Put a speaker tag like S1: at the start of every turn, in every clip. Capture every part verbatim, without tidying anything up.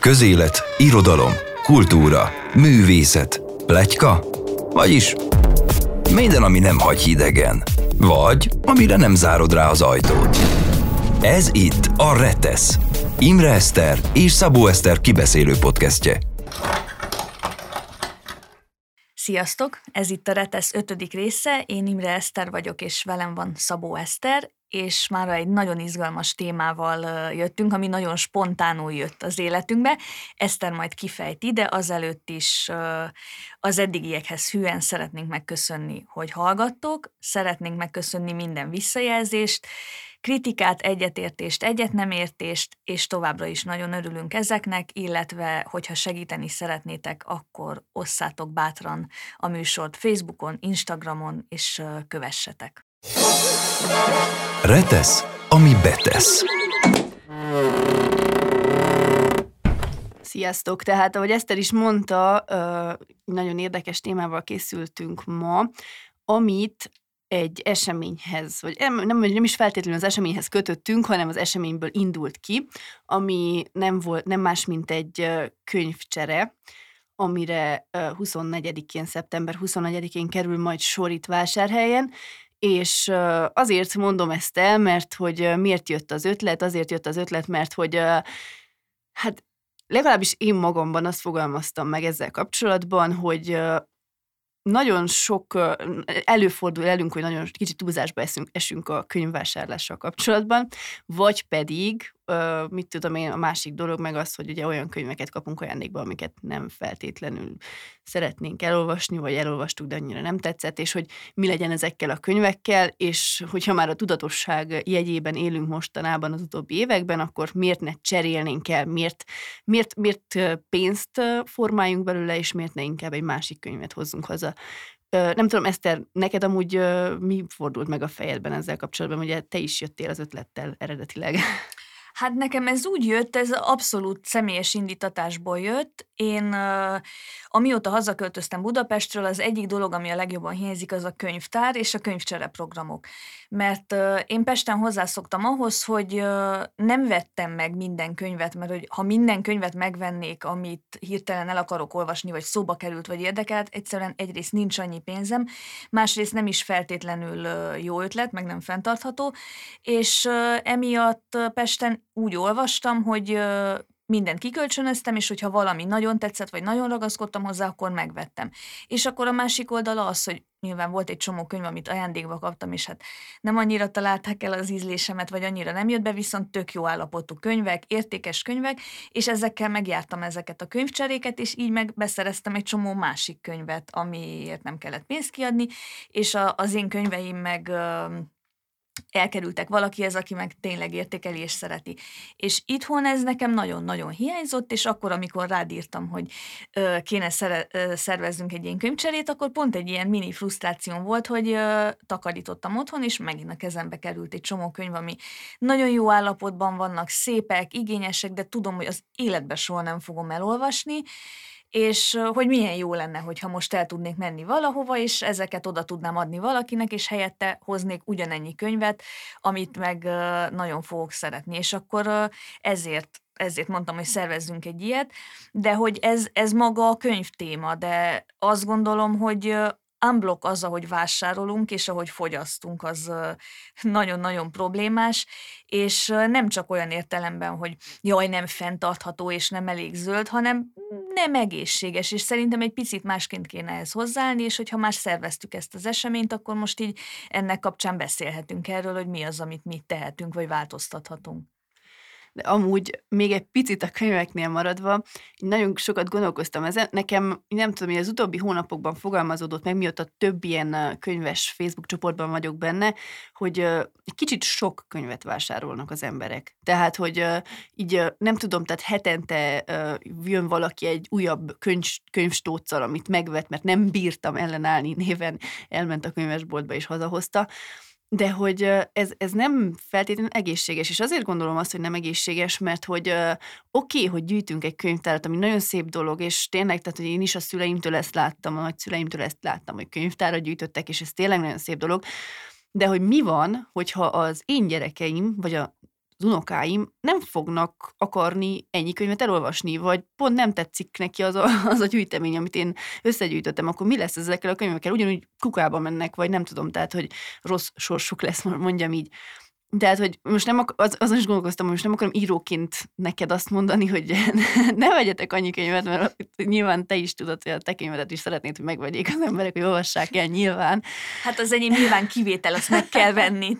S1: Közélet, irodalom, kultúra, művészet, pletyka, vagyis minden, ami nem hagy hidegen, vagy amire nem zárod rá az ajtót. Ez itt a Retesz, Imre Eszter és Szabó Eszter kibeszélő podcastje.
S2: Sziasztok! Ez itt a Retesz ötödik része, én Imre Eszter vagyok, és velem van Szabó Eszter, és már egy nagyon izgalmas témával jöttünk, ami nagyon spontánul jött az életünkbe. Eszter majd kifejti, de azelőtt is az eddigiekhez hűen szeretnénk megköszönni, hogy hallgattok, szeretnénk megköszönni minden visszajelzést, kritikát, egyetértést, egyet nem értést, és továbbra is nagyon örülünk ezeknek, illetve hogyha segíteni szeretnétek, akkor osszátok bátran a műsort Facebookon, Instagramon, és kövessetek.
S1: Retesz, ami betesz.
S3: Sziasztok! Tehát, ahogy Eszter is mondta, nagyon érdekes témával készültünk ma, amit egy eseményhez, vagy nem, nem is feltétlenül az eseményhez kötöttünk, hanem az eseményből indult ki, ami nem volt, nem más, mint egy könyvcsere, amire huszonnegyedikén, szeptember huszonnegyedikén kerül majd sor itt Vásárhelyen, és azért mondom ezt el, mert hogy miért jött az ötlet, azért jött az ötlet, mert hogy hát legalábbis én magamban azt fogalmaztam meg ezzel kapcsolatban, hogy nagyon sok előfordul elünk, hogy nagyon kicsit túlzásba eszünk, esünk a könyvvásárlással kapcsolatban, vagy pedig, mit tudom én, a másik dolog meg az, hogy ugye olyan könyveket kapunk ajándékba, amiket nem feltétlenül szeretnénk elolvasni, vagy elolvastuk, de annyira nem tetszett, és hogy mi legyen ezekkel a könyvekkel, és hogyha már a tudatosság jegyében élünk mostanában az utóbbi években, akkor miért ne cserélnénk el, miért, miért, miért pénzt formáljunk belőle, és miért ne inkább egy másik könyvet hozzunk haza. Nem tudom, Eszter, neked amúgy mi fordult meg a fejedben ezzel kapcsolatban, ugye te is jöttél az ötlettel eredetileg.
S2: Hát nekem ez úgy jött, ez abszolút személyes indítatásból jött. Én uh, amióta hazaköltöztem Budapestről, az egyik dolog, ami a legjobban hiányzik, az a könyvtár és a könyvcsereprogramok. Mert uh, én Pesten hozzászoktam ahhoz, hogy uh, nem vettem meg minden könyvet, mert hogy ha minden könyvet megvennék, amit hirtelen el akarok olvasni, vagy szóba került, vagy érdekelt, egyszerűen egyrészt nincs annyi pénzem, másrészt nem is feltétlenül uh, jó ötlet, meg nem fenntartható, és uh, emiatt uh, Pesten úgy olvastam, hogy mindent kikölcsönöztem, és hogyha valami nagyon tetszett, vagy nagyon ragaszkodtam hozzá, akkor megvettem. És akkor a másik oldala az, hogy nyilván volt egy csomó könyv, amit ajándékba kaptam, és hát nem annyira találták el az ízlésemet, vagy annyira nem jött be, viszont tök jó állapotú könyvek, értékes könyvek, és ezekkel megjártam ezeket a könyvcseréket, és így meg beszereztem egy csomó másik könyvet, amiért nem kellett pénzt kiadni, és a, az én könyveim meg elkerültek valakihez, aki meg tényleg értékeli és szereti. És itthon ez nekem nagyon-nagyon hiányzott, és akkor, amikor rád írtam, hogy ö, kéne szere, ö, szervezzünk egy ilyen könyvcserét, akkor pont egy ilyen mini frusztrációm volt, hogy ö, takarítottam otthon, és megint a kezembe került egy csomó könyv, ami nagyon jó állapotban vannak, szépek, igényesek, de tudom, hogy az életben soha nem fogom elolvasni, és hogy milyen jó lenne, hogyha most el tudnék menni valahova, és ezeket oda tudnám adni valakinek, és helyette hoznék ugyanennyi könyvet, amit meg nagyon fogok szeretni. És akkor ezért, ezért mondtam, hogy szervezzünk egy ilyet, de hogy ez, ez maga a könyvtéma, de azt gondolom, hogy unblock az, ahogy vásárolunk, és ahogy fogyasztunk, az nagyon-nagyon problémás, és nem csak olyan értelemben, hogy jaj, nem fenntartható, és nem elég zöld, hanem nem egészséges, és szerintem egy picit másként kéne ehhez hozzáállni, és hogyha már szerveztük ezt az eseményt, akkor most így ennek kapcsán beszélhetünk erről, hogy mi az, amit mi tehetünk, vagy változtathatunk.
S3: De amúgy még egy picit a könyveknél maradva, nagyon sokat gondolkoztam ezen. Nekem, nem tudom, hogy az utóbbi hónapokban fogalmazódott meg, mióta több ilyen könyves Facebook csoportban vagyok benne, hogy egy kicsit sok könyvet vásárolnak az emberek. Tehát, hogy így nem tudom, tehát hetente jön valaki egy újabb könyv, könyvstóccal, amit megvett, mert nem bírtam ellenállni néven, elment a könyvesboltba és hazahozta. De hogy ez, ez nem feltétlenül egészséges, és azért gondolom azt, hogy nem egészséges, mert hogy oké, okay, hogy gyűjtünk egy könyvtárat, ami nagyon szép dolog, és tényleg, tehát hogy én is a szüleimtől ezt láttam, a nagyszüleimtől ezt láttam, hogy könyvtárat gyűjtöttek, és ez tényleg nagyon szép dolog, de hogy mi van, hogyha az én gyerekeim, vagy a az unokáim nem fognak akarni ennyi könyvet elolvasni, vagy pont nem tetszik neki az a, az a gyűjtemény, amit én összegyűjtöttem, akkor mi lesz ezekkel a könyvekkel? Ugyanúgy kukába mennek, vagy nem tudom, tehát, hogy rossz sorsuk lesz, mondjam így. Tehát, hogy most nem, ak- az, azon is gondolkoztam, hogy most nem akarom íróként neked azt mondani, hogy ne vegyetek annyi könyvet, mert nyilván te is tudod, hogy a te könyvedet is szeretnéd, hogy megvegyék az emberek, hogy olvassák el nyilván.
S2: Hát az enyém nyilván kivétel, azt meg kell venni.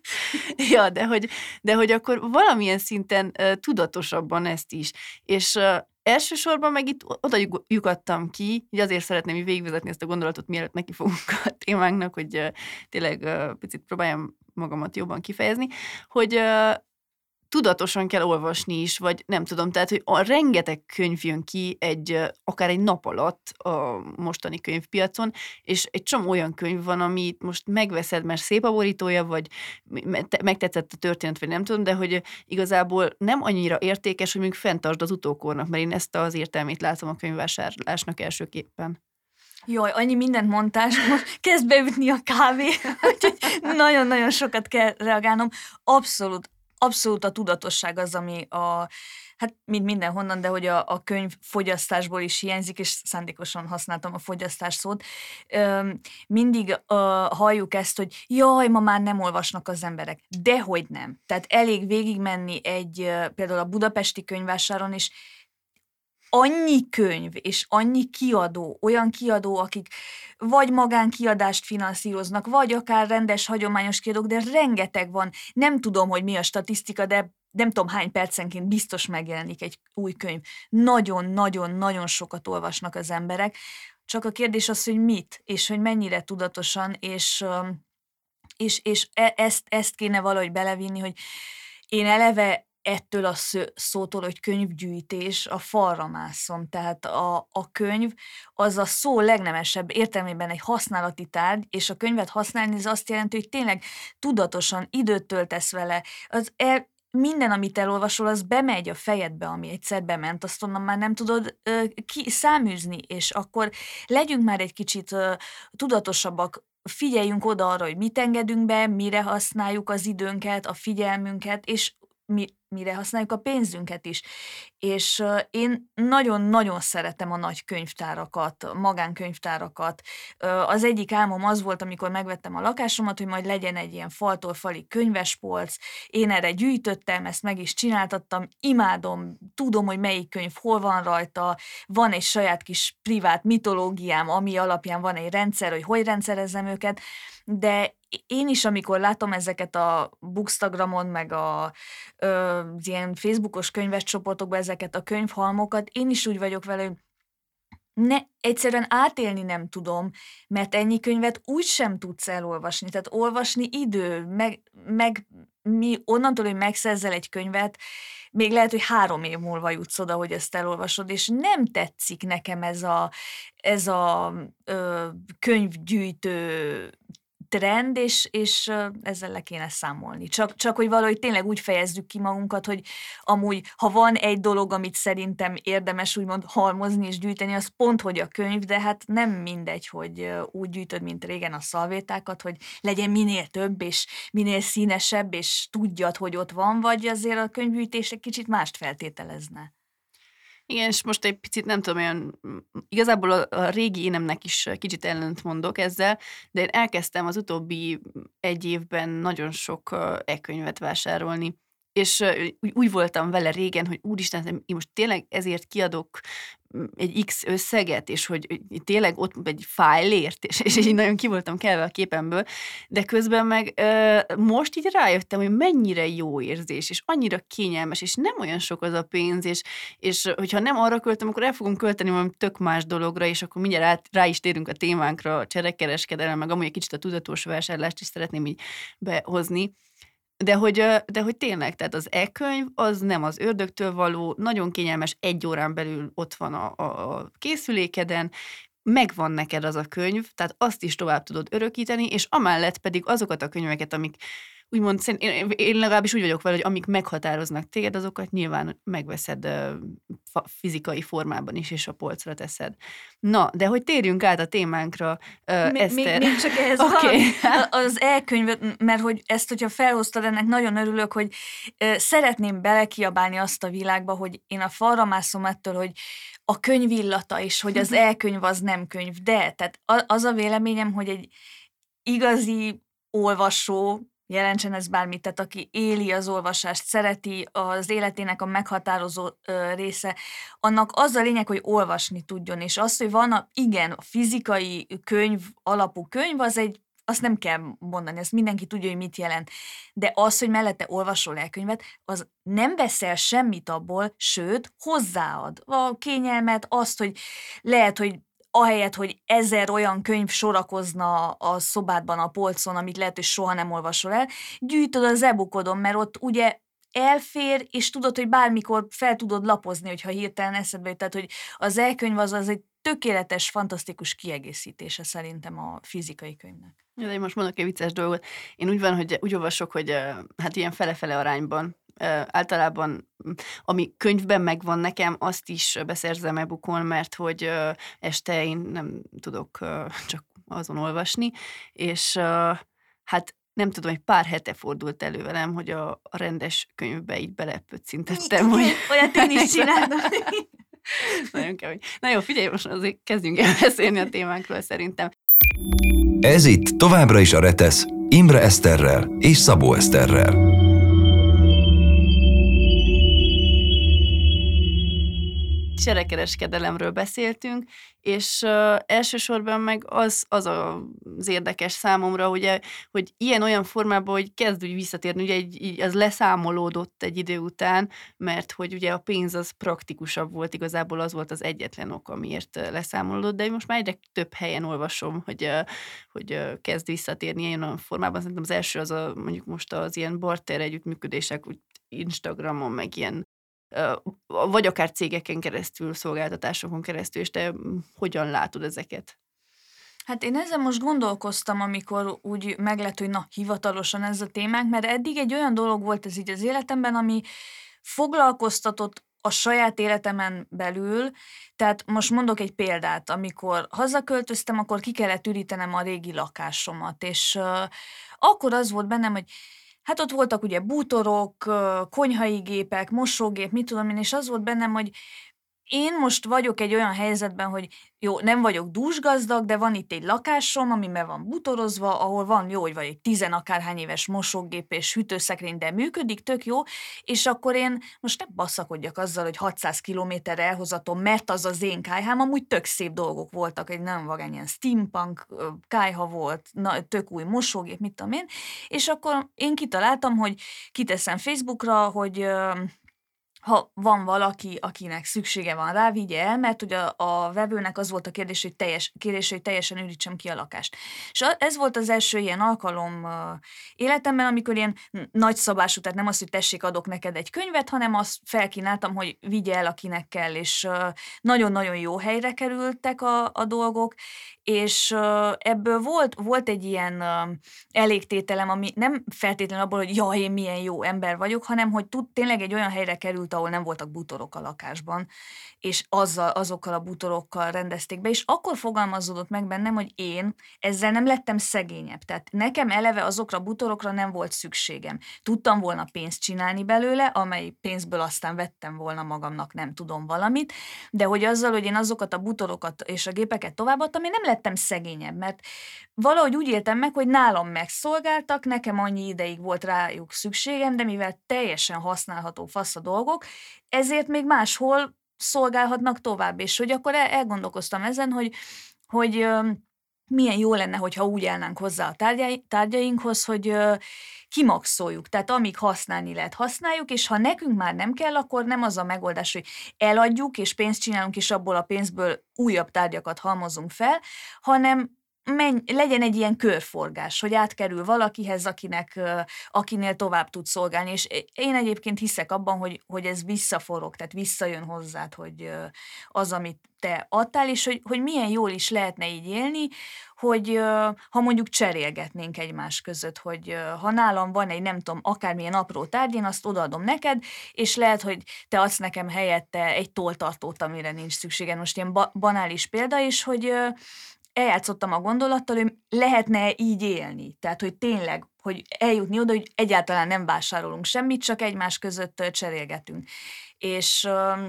S3: Ja, de hogy, de hogy akkor valamilyen szinten uh, tudatosabban ezt is. És uh, elsősorban meg itt oda lyukadtam ki, így azért szeretném így végigvezetni ezt a gondolatot, mielőtt neki fogunk a témánknak, hogy uh, tényleg uh, picit próbáljam magamat jobban kifejezni, hogy uh, tudatosan kell olvasni is, vagy nem tudom, tehát, hogy a rengeteg könyv jön ki egy, uh, akár egy nap alatt a mostani könyvpiacon, és egy csomó olyan könyv van, amit most megveszed, mert szép a borítója, vagy megtetszett a történet, vagy nem tudom, de hogy igazából nem annyira értékes, hogy még fenntartsd az utókornak, mert én ezt az értelmét látom a könyvvásárlásnak elsőképpen.
S2: Jaj, annyi mindent mondtál, most kezd beütni a kávé, úgyhogy nagyon-nagyon sokat kell reagálnom. Abszolút, abszolút a tudatosság az, ami a, hát mint mindenhonnan, de hogy a, a könyv fogyasztásból is hiányzik, és szándékosan használtam a fogyasztás szót. Üm, mindig uh, halljuk ezt, hogy jaj, ma már nem olvasnak az emberek. Dehogy nem. Tehát elég végigmenni egy, uh, például a budapesti könyvvásáron, és annyi könyv és annyi kiadó, olyan kiadó, akik vagy magánkiadást finanszíroznak, vagy akár rendes, hagyományos kiadók, de rengeteg van. Nem tudom, hogy mi a statisztika, de nem tudom hány percenként biztos megjelenik egy új könyv. Nagyon-nagyon-nagyon sokat olvasnak az emberek. Csak a kérdés az, hogy mit, és hogy mennyire tudatosan, és, és, és ezt, ezt kéne valahogy belevinni, hogy én eleve ettől a szótól, hogy könyvgyűjtés, a falra mászom. Tehát a, a könyv az a szó legnemesebb értelmében egy használati tárgy, és a könyvet használni az azt jelenti, hogy tényleg tudatosan időt töltesz vele. Az el, minden, amit elolvasol, az bemegy a fejedbe, ami egyszer bement, azt onnan már nem tudod ö, ki, száműzni, és akkor legyünk már egy ö, tudatosabbak, figyeljünk oda arra, hogy mit engedünk be, mire használjuk az időnket, a figyelmünket, és mi, mire használjuk a pénzünket is. És uh, én nagyon-nagyon szeretem a nagy könyvtárakat, magánkönyvtárakat. Uh, az egyik álmom az volt, amikor megvettem a lakásomat, hogy majd legyen egy ilyen faltól falig könyvespolc. Én erre gyűjtöttem, ezt meg is csináltattam, imádom, tudom, hogy melyik könyv hol van rajta, van egy saját kis privát mitológiám, ami alapján van egy rendszer, hogy hogy rendszerezzem őket, de én is, amikor látom ezeket a Bookstagramon, meg a ö, ilyen Facebookos könyves csoportokban ezeket a könyvhalmokat, én is úgy vagyok vele, hogy ne, egyszerűen átélni nem tudom, mert ennyi könyvet úgy sem tudsz elolvasni. Tehát olvasni idő, meg, meg mi onnantól, hogy megszerzel egy könyvet, még lehet, hogy három év múlva jutsz oda, hogy ezt elolvasod, és nem tetszik nekem ez a, ez a ö, könyvgyűjtő trend, és, és ezzel le kéne számolni. Csak, csak, hogy valahogy tényleg úgy fejezzük ki magunkat, hogy amúgy, ha van egy dolog, amit szerintem érdemes úgymond halmozni és gyűjteni, az pont, hogy a könyv, de hát nem mindegy, hogy úgy gyűjtöd, mint régen a szalvétákat, hogy legyen minél több, és minél színesebb, és tudjad, hogy ott van, vagy azért a könyvgyűjtés egy kicsit mást feltételezne.
S3: Igen, és most egy picit nem tudom, olyan, igazából a, a régi énemnek is kicsit ellent mondok ezzel, de én elkezdtem az utóbbi egy évben nagyon sok e-könyvet vásárolni, és úgy, úgy voltam vele régen, hogy úristen, én most tényleg ezért kiadok egy X összeget, és hogy tényleg ott egy fájlért, és, és így nagyon ki voltam kelve a képemből, de közben meg ö, most így rájöttem, hogy mennyire jó érzés, és annyira kényelmes, és nem olyan sok az a pénz, és, és hogyha nem arra költöm, akkor el fogunk költeni valami tök más dologra, és akkor mindjárt rá, rá is térünk a témánkra, a cserekereskedelem, meg amúgy egy kicsit a tudatos vásárlást is szeretném így behozni. De hogy, de hogy tényleg, tehát az e-könyv az nem az ördögtől való, nagyon kényelmes, egy órán belül ott van a, a, a készülékeden, megvan neked az a könyv, tehát azt is tovább tudod örökíteni, és amellett pedig azokat a könyveket, amik úgymond, én, én legalábbis úgy vagyok vele, hogy amik meghatároznak téged, azokat nyilván megveszed fizikai formában is, és a polcra teszed. Na, de hogy térjünk át a témánkra, uh,
S2: Eszter. Még, még csak ehhez
S3: okay.
S2: az elkönyvet, mert hogy ezt, hogyha felhoztad, ennek nagyon örülök, hogy uh, szeretném belekiabálni azt a világba, hogy én a falra mászom ettől, hogy a könyv illata is, hogy az elkönyv az nem könyv, de tehát az a véleményem, hogy egy igazi olvasó, jelentsen ez bármit, tehát aki éli az olvasást, szereti az életének a meghatározó ö, része, annak az a lényeg, hogy olvasni tudjon, és az, hogy van a, igen, a fizikai könyv, alapú könyv, az egy, azt nem kell mondani, ezt mindenki tudja, hogy mit jelent, de az, hogy mellette olvasol elkönyvet, az nem veszel semmit abból, sőt, hozzáad a kényelmet, azt, hogy lehet, hogy ahelyett, hogy ezer olyan könyv sorakozna a szobádban, a polcon, amit lehet, hogy soha nem olvasol el, gyűjtöd az e-bookodon, mert ott ugye elfér, és tudod, hogy bármikor fel tudod lapozni, hogyha hirtelen eszedbe jut. Tehát, hogy az e-könyv az, az egy tökéletes, fantasztikus kiegészítése szerintem a fizikai könyvnek.
S3: Ja, de én most mondok egy vicces dolgot. Én úgy van, hogy úgy olvasok, hogy hát ilyen fele-fele arányban. Uh, általában, ami könyvben megvan nekem, azt is beszerzem e-bookon, mert hogy uh, este én nem tudok uh, csak azon olvasni, és uh, hát nem tudom, egy pár hete fordult elő velem, hogy a, a rendes könyvbe így belepöccintettem. Hogy...
S2: Olyat én is csinálom.
S3: Nagyon kemény. Na jó, figyelj, most azért kezdjünk el beszélni a témánkról szerintem.
S1: Ez itt továbbra is a Retesz, Imre Eszterrel és Szabó Eszterrel.
S3: Cserekereskedelemről beszéltünk, és uh, elsősorban meg az, az az érdekes számomra, ugye, hogy ilyen-olyan formában, hogy kezd úgy visszatérni, ugye egy, így, az leszámolódott egy idő után, mert hogy ugye a pénz az praktikusabb volt, igazából az volt az egyetlen ok, amiért leszámolódott, de most már egyre több helyen olvasom, hogy, uh, hogy uh, kezd visszatérni ilyen formában. Szerintem az első az a, mondjuk most az ilyen barter együttműködések, úgy Instagramon, meg ilyen vagy akár cégeken keresztül, szolgáltatásokon keresztül, és te hogyan látod ezeket?
S2: Hát én ezzel most gondolkoztam, amikor úgy meglett, hogy na, hivatalosan ez a témánk, mert eddig egy olyan dolog volt ez így az életemben, ami foglalkoztatott a saját életemen belül, tehát most mondok egy példát, amikor hazaköltöztem, akkor ki kellett ürítenem a régi lakásomat, és uh, akkor az volt bennem, hogy hát ott voltak ugye bútorok, konyhai gépek, mosógép, mit tudom én, és az volt bennem, hogy én most vagyok egy olyan helyzetben, hogy jó, nem vagyok dúsgazdag, de van itt egy lakásom, amiben van bútorozva, ahol van jó, hogy vagy egy tizenakárhány éves mosógép és hűtőszekrény, de működik, tök jó, és akkor én most nem basszakodjak azzal, hogy hatszáz kilométerre elhozatom, mert az az én kájhám, amúgy tök szép dolgok voltak, egy nagyon vagány ilyen steampunk kájha volt, na, tök új mosógép, mit tudom én, és akkor én kitaláltam, hogy kiteszem Facebookra, hogy ha van valaki, akinek szüksége van rá, vigye el, mert ugye a, a vevőnek az volt a kérdés, hogy, teljes, kérdés, hogy teljesen ürítsem ki a lakást. És ez volt az első ilyen alkalom uh, életemben, amikor ilyen nagyszabású, tehát nem az, hogy tessék, adok neked egy könyvet, hanem azt felkínáltam, hogy vigye el, akinek kell, és uh, nagyon-nagyon jó helyre kerültek a, a dolgok, és uh, ebből volt, volt egy ilyen uh, elégtételem, ami nem feltétlenül abból, hogy jaj, én milyen jó ember vagyok, hanem hogy tud, tényleg egy olyan helyre került, ahol nem voltak bútorok a lakásban, és azzal, azokkal a bútorokkal rendezték be, és akkor fogalmazódott meg bennem, hogy én ezzel nem lettem szegényebb. Tehát nekem eleve azokra a bútorokra nem volt szükségem. Tudtam volna pénzt csinálni belőle, amely pénzből aztán vettem volna magamnak, nem tudom valamit, de hogy azzal, hogy én azokat a bútorokat és a gépeket továbbadtam, én nem lettem szegényebb, mert valahogy úgy éltem meg, hogy nálam megszolgáltak, nekem annyi ideig volt rájuk szükségem, de mivel teljesen használható fasz a dolgok, ezért még máshol szolgálhatnak tovább, és hogy akkor elgondolkoztam ezen, hogy, hogy uh, milyen jó lenne, hogyha úgy állnánk hozzá a tárgyai, tárgyainkhoz, hogy uh, kimaxoljuk, tehát amíg használni lehet, használjuk, és ha nekünk már nem kell, akkor nem az a megoldás, hogy eladjuk, és pénzt csinálunk, és abból a pénzből újabb tárgyakat halmozunk fel, hanem menj, legyen egy ilyen körforgás, hogy átkerül valakihez, akinek, akinél tovább tud szolgálni, és én egyébként hiszek abban, hogy, hogy ez visszaforog, tehát visszajön hozzád, hogy az, amit te adtál, és hogy, hogy milyen jól is lehetne így élni, hogy ha mondjuk cserélgetnénk egymás között, hogy ha nálam van egy nem tudom, akármilyen apró tárgy, én azt odaadom neked, és lehet, hogy te adsz nekem helyette egy tolltartót, amire nincs szükséged. Most ilyen ba- banális példa is, hogy eljátszottam a gondolattal, hogy lehetne így élni. Tehát, hogy tényleg, hogy eljutni oda, hogy egyáltalán nem vásárolunk semmit, csak egymás között cserélgetünk. És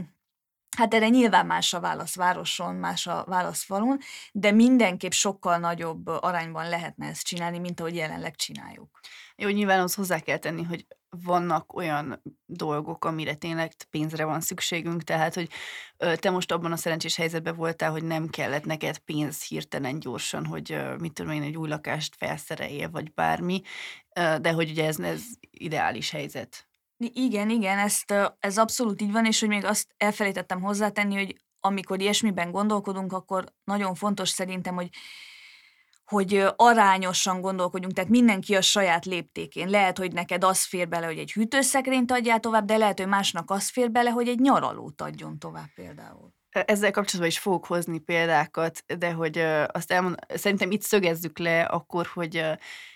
S2: hát erre nyilván más a válasz városon, más a válasz falun, de mindenképp sokkal nagyobb arányban lehetne ezt csinálni, mint ahogy jelenleg csináljuk.
S3: Jó, nyilván az hozzá kell tenni, hogy vannak olyan dolgok, amire tényleg pénzre van szükségünk, tehát, hogy te most abban a szerencsés helyzetben voltál, hogy nem kellett neked pénz hirtelen gyorsan, hogy mit tudom én, egy új lakást felszereljél, vagy bármi, de hogy ugye ez, ez ideális helyzet.
S2: Igen, igen, ezt, ez abszolút így van, és hogy még azt elfelejtettem hozzátenni, hogy amikor ilyesmiben gondolkodunk, akkor nagyon fontos szerintem, hogy hogy arányosan gondolkodjunk, tehát mindenki a saját léptékén. Lehet, hogy neked az fér bele, hogy egy hűtőszekrényt adjál tovább, de lehet, hogy másnak az fér bele, hogy egy nyaralót adjon tovább például.
S3: Ezzel kapcsolatban is fogok hozni példákat, de hogy azt elmond, szerintem itt szögezzük le akkor, hogy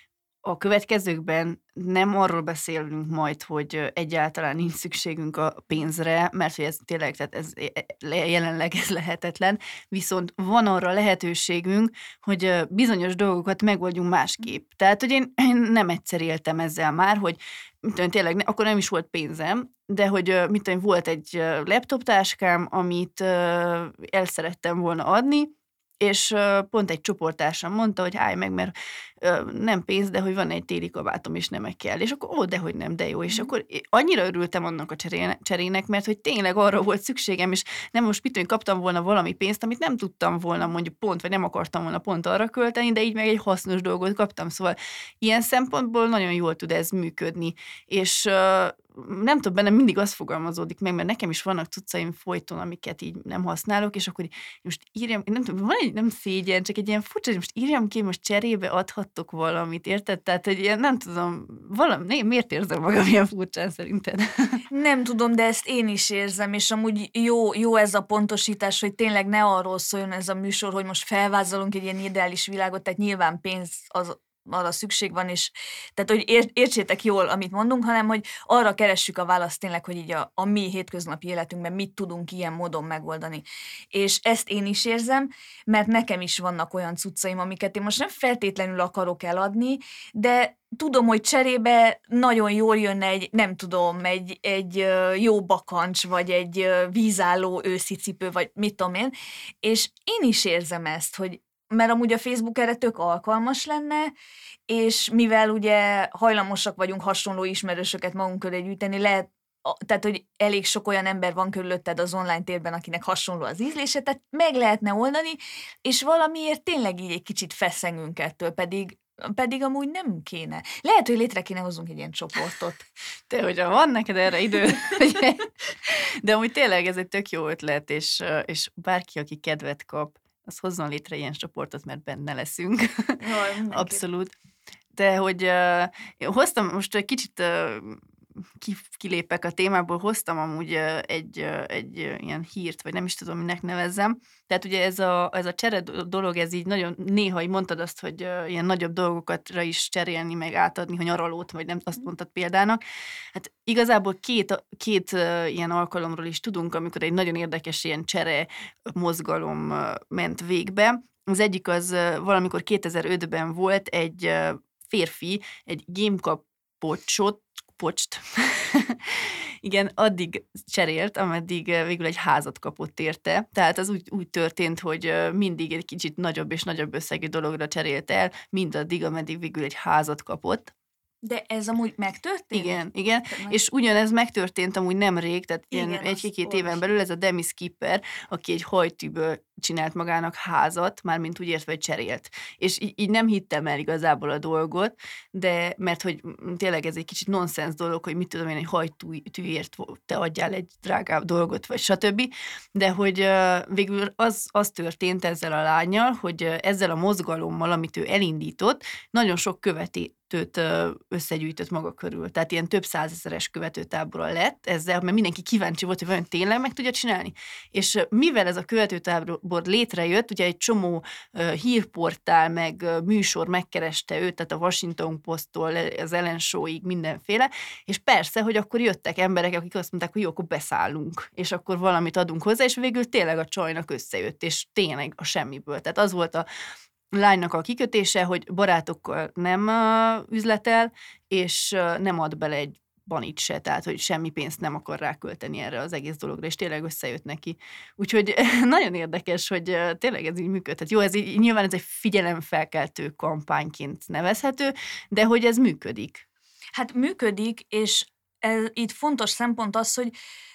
S3: a következőkben nem arról beszélünk majd, hogy egyáltalán nincs szükségünk a pénzre, mert hogy ez tényleg, tehát ez jelenleg ez lehetetlen, viszont van arra lehetőségünk, hogy bizonyos dolgokat megoldjunk másképp. Tehát, hogy én, én nem egyszer éltem ezzel már, hogy mit tudom, tényleg, akkor nem is volt pénzem, de hogy mit tudom, volt egy laptoptáskám, amit el szerettem volna adni, és pont egy csoporttársam mondta, hogy állj meg, mert nem pénz, de hogy van egy téli kabátom, és nem kell. És akkor ó, de hogy nem, de jó. És akkor annyira örültem annak a cserének, mert hogy tényleg arra volt szükségem, és nem most mit tudom, kaptam volna valami pénzt, amit nem tudtam volna mondjuk pont, vagy nem akartam volna pont arra költeni, de így meg egy hasznos dolgot kaptam. Szóval ilyen szempontból nagyon jól tud ez működni. És nem tudom, bennem mindig az fogalmazódik meg, mert nekem is vannak cuccaim folyton, amiket így nem használok, és akkor most írjam, nem tudom, van egy nem szégyen, csak egy ilyen furcsa, hogy most írjam ki, most cserébe adhattok valamit, érted? Tehát, hogy ilyen, nem tudom, valami, miért érzem magam ilyen furcsán szerinted?
S2: Nem tudom, de ezt én is érzem, és amúgy jó, jó ez a pontosítás, hogy tényleg ne arról szóljon ez a műsor, hogy most felvázolunk egy ilyen ideális világot, tehát nyilván pénz az arra szükség van, és tehát, hogy ér, értsétek jól, amit mondunk, hanem, hogy arra keressük a választ tényleg, hogy így a, a mi hétköznapi életünkben mit tudunk ilyen módon megoldani. És ezt én is érzem, mert nekem is vannak olyan cuccaim, amiket én most nem feltétlenül akarok eladni, de tudom, hogy cserébe nagyon jól jönne egy, nem tudom, egy, egy jó bakancs, vagy egy vízálló őszi cipő, vagy mit tudom én, és én is érzem ezt, hogy mert amúgy a Facebook erre tök alkalmas lenne, és mivel ugye hajlamosak vagyunk hasonló ismerősöket magunk köré gyűjteni, lehet, tehát, hogy elég sok olyan ember van körülötted az online térben, akinek hasonló az ízlése, tehát meg lehetne oldani, és valamiért tényleg így egy kicsit feszengünk ettől, pedig pedig amúgy nem kéne. Lehet, hogy létre kéne hozzunk egy ilyen csoportot.
S3: Te, hogyha van neked erre idő. De amúgy tényleg ez egy tök jó ötlet, és, és bárki, aki kedvet kap, az hozzon létre ilyen csoportot, mert benne leszünk.
S2: Jaj,
S3: abszolút. De hogy uh, hoztam most egy kicsit uh, kilépek a témából, hoztam amúgy uh, egy, uh, egy uh, ilyen hírt, vagy nem is tudom, minek nevezzem. Tehát ugye ez a, ez a csere dolog, ez így nagyon, néha így mondtad azt, hogy uh, ilyen nagyobb dolgokatra is cserélni, meg átadni, hogy nyaralót, vagy nem azt mondtad példának. Hát igazából két, két uh, ilyen alkalomról is tudunk, amikor egy nagyon érdekes ilyen csere mozgalom uh, ment végbe. Az egyik az uh, valamikor kétezer-ötben volt egy uh, férfi, egy gémkapocsot, pocst, igen, addig cserélt, ameddig végül egy házat kapott érte. Tehát az úgy, úgy történt, hogy mindig egy kicsit nagyobb és nagyobb összegű dologra cserélt el, mindaddig, ameddig végül egy házat kapott.
S2: De ez amúgy megtörtént?
S3: Igen, igen, meg... és ugyanez megtörtént amúgy nemrég, tehát ilyen egy-két éven belül ez a Demi Skipper, aki egy hajtűből csinált magának házat, mármint úgy értve, hogy cserélt. És így, így nem hittem el igazából a dolgot, de mert hogy tényleg ez egy kicsit nonsens dolog, hogy mit tudom én, egy hajtűért te adjál egy drágább dolgot, vagy stb. De hogy uh, végül az, az történt ezzel a lánnyal, hogy uh, ezzel a mozgalommal, amit ő elindított, nagyon sok követi tőt összegyűjtött maga körül. Tehát ilyen több százezeres követőtábora lett ezzel, mert mindenki kíváncsi volt, hogy vajon tényleg meg tudja csinálni. És mivel ez a követőtábor létrejött, ugye egy csomó hírportál, meg műsor megkereste őt, tehát a Washington Posttól az Ellen Show-ig mindenféle, és persze, hogy akkor jöttek emberek, akik azt mondták, hogy jó, akkor beszállunk, és akkor valamit adunk hozzá, és végül tényleg a csajnak összejött, és tényleg a semmiből. Tehát az volt a lánynak a kikötése, hogy barátokkal nem uh, üzletel, és uh, nem ad bele egy banit se, tehát hogy semmi pénzt nem akar rákölteni erre az egész dologra, és tényleg összejött neki. Úgyhogy nagyon érdekes, hogy uh, tényleg ez így működhet. Jó, ez így, nyilván ez egy figyelemfelkeltő kampányként nevezhető, de hogy ez működik.
S2: Hát működik, és ez, itt fontos szempont az, hogy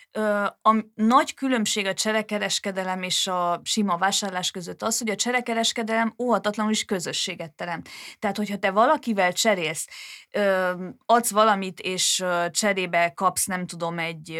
S2: a nagy különbség a cserekereskedelem és a sima vásárlás között az, hogy a cserekereskedelem óhatatlanul is közösséget teremt. Tehát, hogyha te valakivel cserélsz, adsz valamit, és cserébe kapsz, nem tudom, egy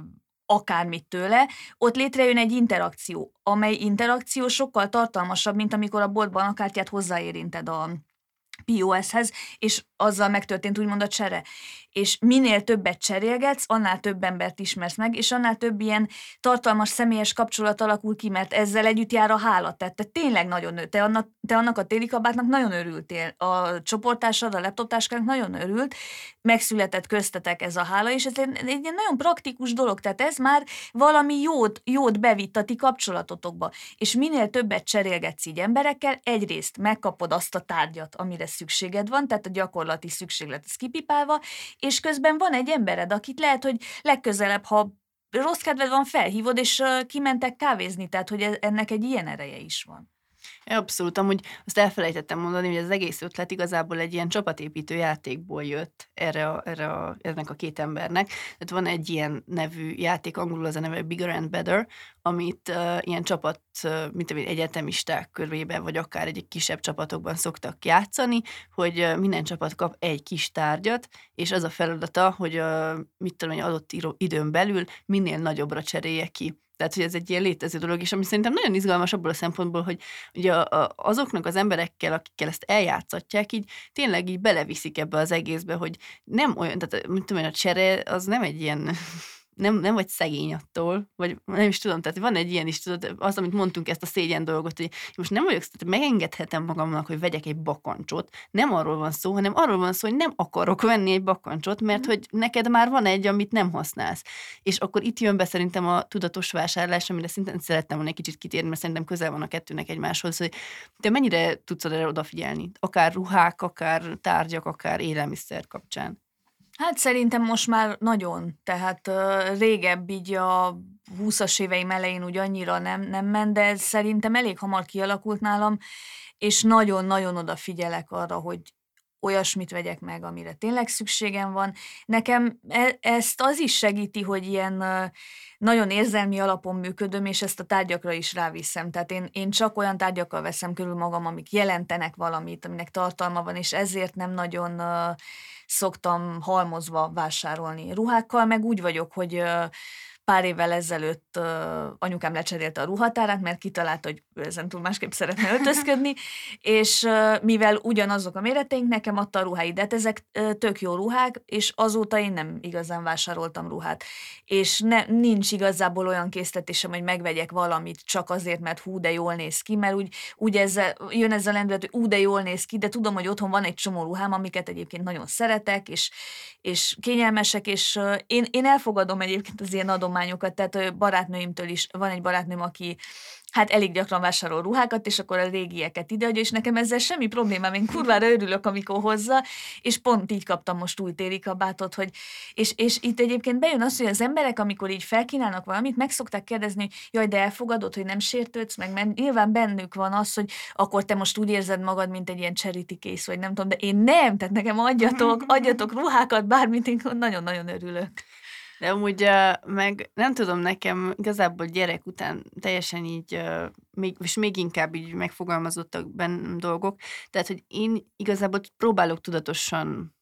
S2: akármit tőle, ott létrejön egy interakció, amely interakció sokkal tartalmasabb, mint amikor a boltban a kártyát hozzáérinted a pé o es-hez, és azzal megtörtént úgymond a csere. És minél többet cserélgetsz, annál több embert ismersz meg, és annál több ilyen tartalmas személyes kapcsolat alakul ki, mert ezzel együtt jár a hála. Tehát te tényleg nagyon nő. Te annak, te annak a téli kabátnak nagyon örültél. A csoporttársad, a laptoptáskának nagyon örült. Megszületett köztetek ez a hála, és ez egy, egy nagyon praktikus dolog. Tehát ez már valami jót, jót bevitt a ti kapcsolatotokba. És minél többet cserélgetsz így emberekkel, egyrészt megkapod azt a tárgyat, amire szükséged van, tehát a gyakorlati szükséglet ez kipipálva, és közben van egy embered, akit lehet, hogy legközelebb, ha rossz kedved van, felhívod, és uh, kimentek kávézni, tehát hogy ennek egy ilyen ereje is van.
S3: Abszolút, amúgy azt elfelejtettem mondani, hogy az egész ötlet igazából egy ilyen csapatépítő játékból jött erre a, erre a, ennek a két embernek. Tehát van egy ilyen nevű játék, angolul az a neve Bigger and Better, amit uh, ilyen csapat, uh, mint egy egyetemisták körében, vagy akár egy kisebb csapatokban szoktak játszani, hogy uh, minden csapat kap egy kis tárgyat, és az a feladata, hogy uh, mit tudom, egy adott időn belül minél nagyobbra cserélje ki. Tehát, hogy ez egy ilyen létező dolog, és ami szerintem nagyon izgalmas abból a szempontból, hogy ugye azoknak az emberekkel, akikkel ezt eljátszatják, így tényleg így beleviszik ebbe az egészbe, hogy nem olyan, tehát mint tudom, a csere az nem egy ilyen... Nem, nem vagy szegény attól, vagy nem is tudom, tehát van egy ilyen is, tudod, az, amit mondtunk, ezt a szégyen dolgot, hogy most nem vagyok, tehát megengedhetem magamnak, hogy vegyek egy bakancsot, nem arról van szó, hanem arról van szó, hogy nem akarok venni egy bakancsot, mert hogy neked már van egy, amit nem használsz. És akkor itt jön be szerintem a tudatos vásárlás, amire szintén szerettem volna egy kicsit kitérni, mert szerintem közel van a kettőnek egymáshoz, hogy te mennyire tudsz erre odafigyelni, akár ruhák, akár tárgyak, akár élelmiszer kapcsán.
S2: Hát szerintem most már nagyon, tehát uh, régebb így a húszas éveim elején úgy annyira nem, nem ment, de szerintem elég hamar kialakult nálam, és nagyon-nagyon odafigyelek arra, hogy olyasmit vegyek meg, amire tényleg szükségem van. Nekem e- ezt az is segíti, hogy ilyen uh, nagyon érzelmi alapon működöm, és ezt a tárgyakra is ráviszem. Tehát én, én csak olyan tárgyakkal veszem körül magam, amik jelentenek valamit, aminek tartalma van, és ezért nem nagyon uh, szoktam halmozva vásárolni. Ruhákkal meg úgy vagyok, hogy uh, pár évvel ezelőtt uh, anyukám lecserélte a ruhatárát, mert kitalálta, hogy ezen túl másképp szeretne öltözködni, és uh, mivel ugyanazok a méreteink, nekem adta a ruháit, de hát ezek uh, tök jó ruhák, és azóta én nem igazán vásároltam ruhát. És ne, nincs igazából olyan késztetésem, hogy megvegyek valamit csak azért, mert hú, de jól néz ki, mert úgy, úgy ezzel, jön ezzel lendület, hogy ú, de jól néz ki, de tudom, hogy otthon van egy csomó ruhám, amiket egyébként nagyon szeretek, és, és kényelmesek, és uh, én, én elfogadom egyébként az ilyen adományokat, tehát barátnőimtől is van egy barátnőm, aki hát elég gyakran vásárol ruhákat, és akkor a régieket ideadja, és nekem ezzel semmi problémám, én kurvára örülök, amikor hozza, és pont így kaptam most új téli kabátot, hogy, és, és itt egyébként bejön az, hogy az emberek, amikor így felkínálnak valamit, meg szokták kérdezni, hogy jaj, de elfogadod, hogy nem sértődsz meg, mert nyilván bennük van az, hogy akkor te most úgy érzed magad, mint egy ilyen charity case, vagy nem tudom, de én nem, tehát nekem adjatok, adjatok ruhákat, bármit, én nagyon-nagyon örülök.
S3: De amúgy uh, meg nem tudom, nekem igazából gyerek után teljesen így, uh, még, és még inkább így megfogalmazottak benne dolgok, tehát, hogy én igazából próbálok tudatosan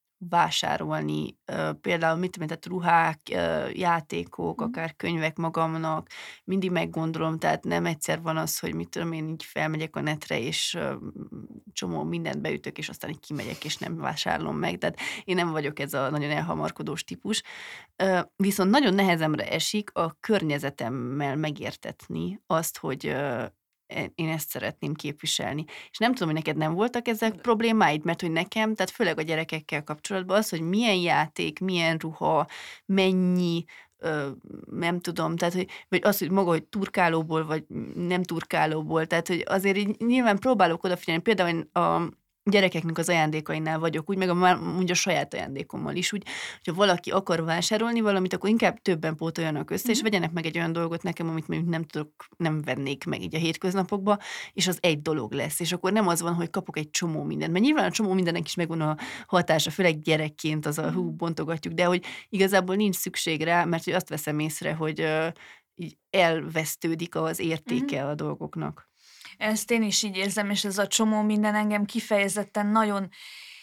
S3: vásárolni, uh, például mit tudom, tehát ruhák, uh, játékok, akár könyvek magamnak, mindig meggondolom, tehát nem egyszer van az, hogy mit tudom, én így felmegyek a netre, és uh, csomó mindent beütök, és aztán így kimegyek, és nem vásárolom meg, tehát én nem vagyok ez a nagyon elhamarkodós típus. Uh, viszont nagyon nehezemre esik a környezetemmel megértetni azt, hogy uh, én ezt szeretném képviselni. És nem tudom, hogy neked nem voltak ezek problémáid, mert hogy nekem, tehát főleg a gyerekekkel kapcsolatban az, hogy milyen játék, milyen ruha, mennyi, ö, nem tudom, tehát hogy, vagy az, hogy maga, hogy turkálóból, vagy nem turkálóból, tehát hogy azért így nyilván próbálok odafigyelni, például én a gyerekeknek az ajándékainál vagyok, úgy meg a, már úgy a saját ajándékommal is, úgy, hogyha valaki akar vásárolni valamit, akkor inkább többen pótoljanak össze, mm. és vegyenek meg egy olyan dolgot nekem, amit mondjuk nem tudok, nem vennék meg így a hétköznapokba, és az egy dolog lesz, és akkor nem az van, hogy kapok egy csomó mindent, mert nyilván a csomó mindennek is megvan a hatása, főleg gyerekként az a hú, bontogatjuk, de hogy igazából nincs szükség rá, mert hogy azt veszem észre, hogy uh, így elvesztődik az értéke mm. a dolgoknak.
S2: Ezt én is így érzem, és ez a csomó minden engem kifejezetten nagyon,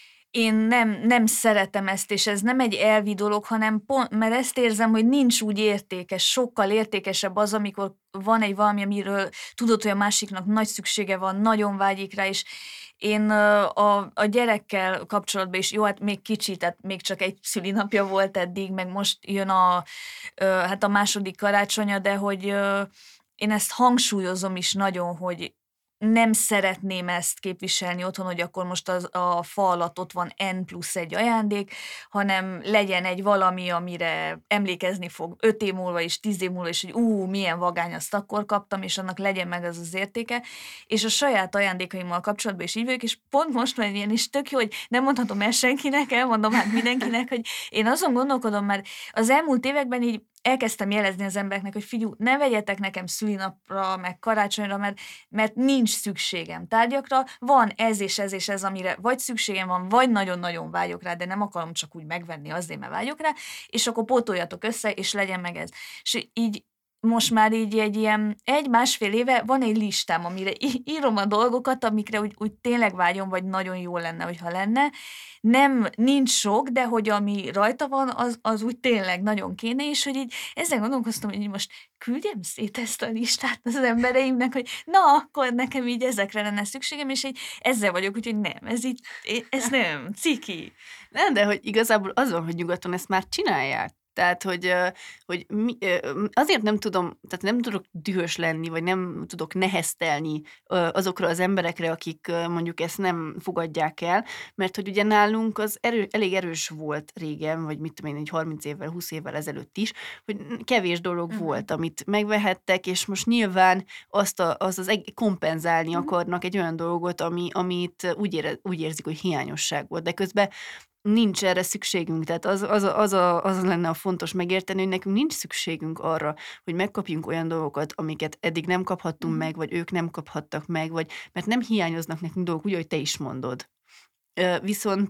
S2: én nem, nem szeretem ezt, és ez nem egy elvi dolog, hanem pont, mert ezt érzem, hogy nincs úgy értékes, sokkal értékesebb az, amikor van egy valami, amiről tudod, hogy a másiknak nagy szüksége van, nagyon vágyik rá, és én a, a gyerekkel kapcsolatban is, jó, hát még kicsi, tehát még csak egy szülinapja volt eddig, meg most jön a, hát a második karácsonya, de hogy én ezt hangsúlyozom is nagyon, hogy nem szeretném ezt képviselni otthon, hogy akkor most az, a fa alatt ott van N plusz egy ajándék, hanem legyen egy valami, amire emlékezni fog öt év múlva és tíz év múlva, és hogy ú, milyen vagány, azt akkor kaptam, és annak legyen meg az az értéke. És a saját ajándékaimmal kapcsolatban is így vagyok, és pont most már ilyen is tök jó, hogy nem mondhatom el senkinek, elmondom hát mindenkinek, hogy én azon gondolkodom, mert az elmúlt években így elkezdtem jelezni az embereknek, hogy figyelj, ne vegyetek nekem szülinapra, meg karácsonyra, mert, mert nincs szükségem tárgyakra, van ez és ez és ez, amire vagy szükségem van, vagy nagyon-nagyon vágyok rá, de nem akarom csak úgy megvenni azért, mert vágyok rá, és akkor pótoljatok össze, és legyen meg ez. És így most már így egy ilyen egy-másfél éve van egy listám, amire írom a dolgokat, amikre úgy, úgy tényleg vágyom, vagy nagyon jó lenne, hogyha lenne. Nem, nincs sok, de hogy ami rajta van, az, az úgy tényleg nagyon kéne, és hogy így ezen gondolkoztam, hogy így most küldjem szét ezt a listát az embereimnek, hogy na, akkor nekem így ezekre lenne szükségem, és így ezzel vagyok, úgyhogy nem, ez így, ez nem, ciki.
S3: Nem, de hogy igazából az van, hogy nyugaton ezt már csinálják. Tehát, hogy, hogy mi, azért nem tudom, tehát nem tudok dühös lenni, vagy nem tudok neheztelni azokra az emberekre, akik mondjuk ezt nem fogadják el, mert hogy ugye nálunk az erő, elég erős volt régen, vagy mit tudom én, egy harminc évvel, húsz évvel ezelőtt is, hogy kevés dolog uh-huh. volt, amit megvehettek, és most nyilván azt a, az, az kompenzálni uh-huh. akarnak egy olyan dolgot, ami, amit úgy, ére, úgy érzik, hogy hiányosság volt, de közben nincs erre szükségünk, tehát az, az, az, a, az lenne a fontos megérteni, hogy nekünk nincs szükségünk arra, hogy megkapjunk olyan dolgokat, amiket eddig nem kaphattunk mm. meg, vagy ők nem kaphattak meg, vagy mert nem hiányoznak nekünk dolgok, úgy, ahogy te is mondod. Viszont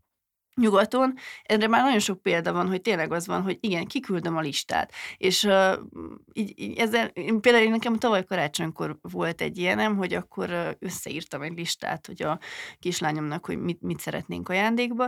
S3: nyugaton erre már nagyon sok példa van, hogy tényleg az van, hogy igen, kiküldöm a listát. És uh, így, így ezzel, én, például nekem tavaly karácsonykor volt egy ilyenem, hogy akkor uh, összeírtam egy listát, hogy a kislányomnak, hogy mit, mit szeretnénk ajándékba,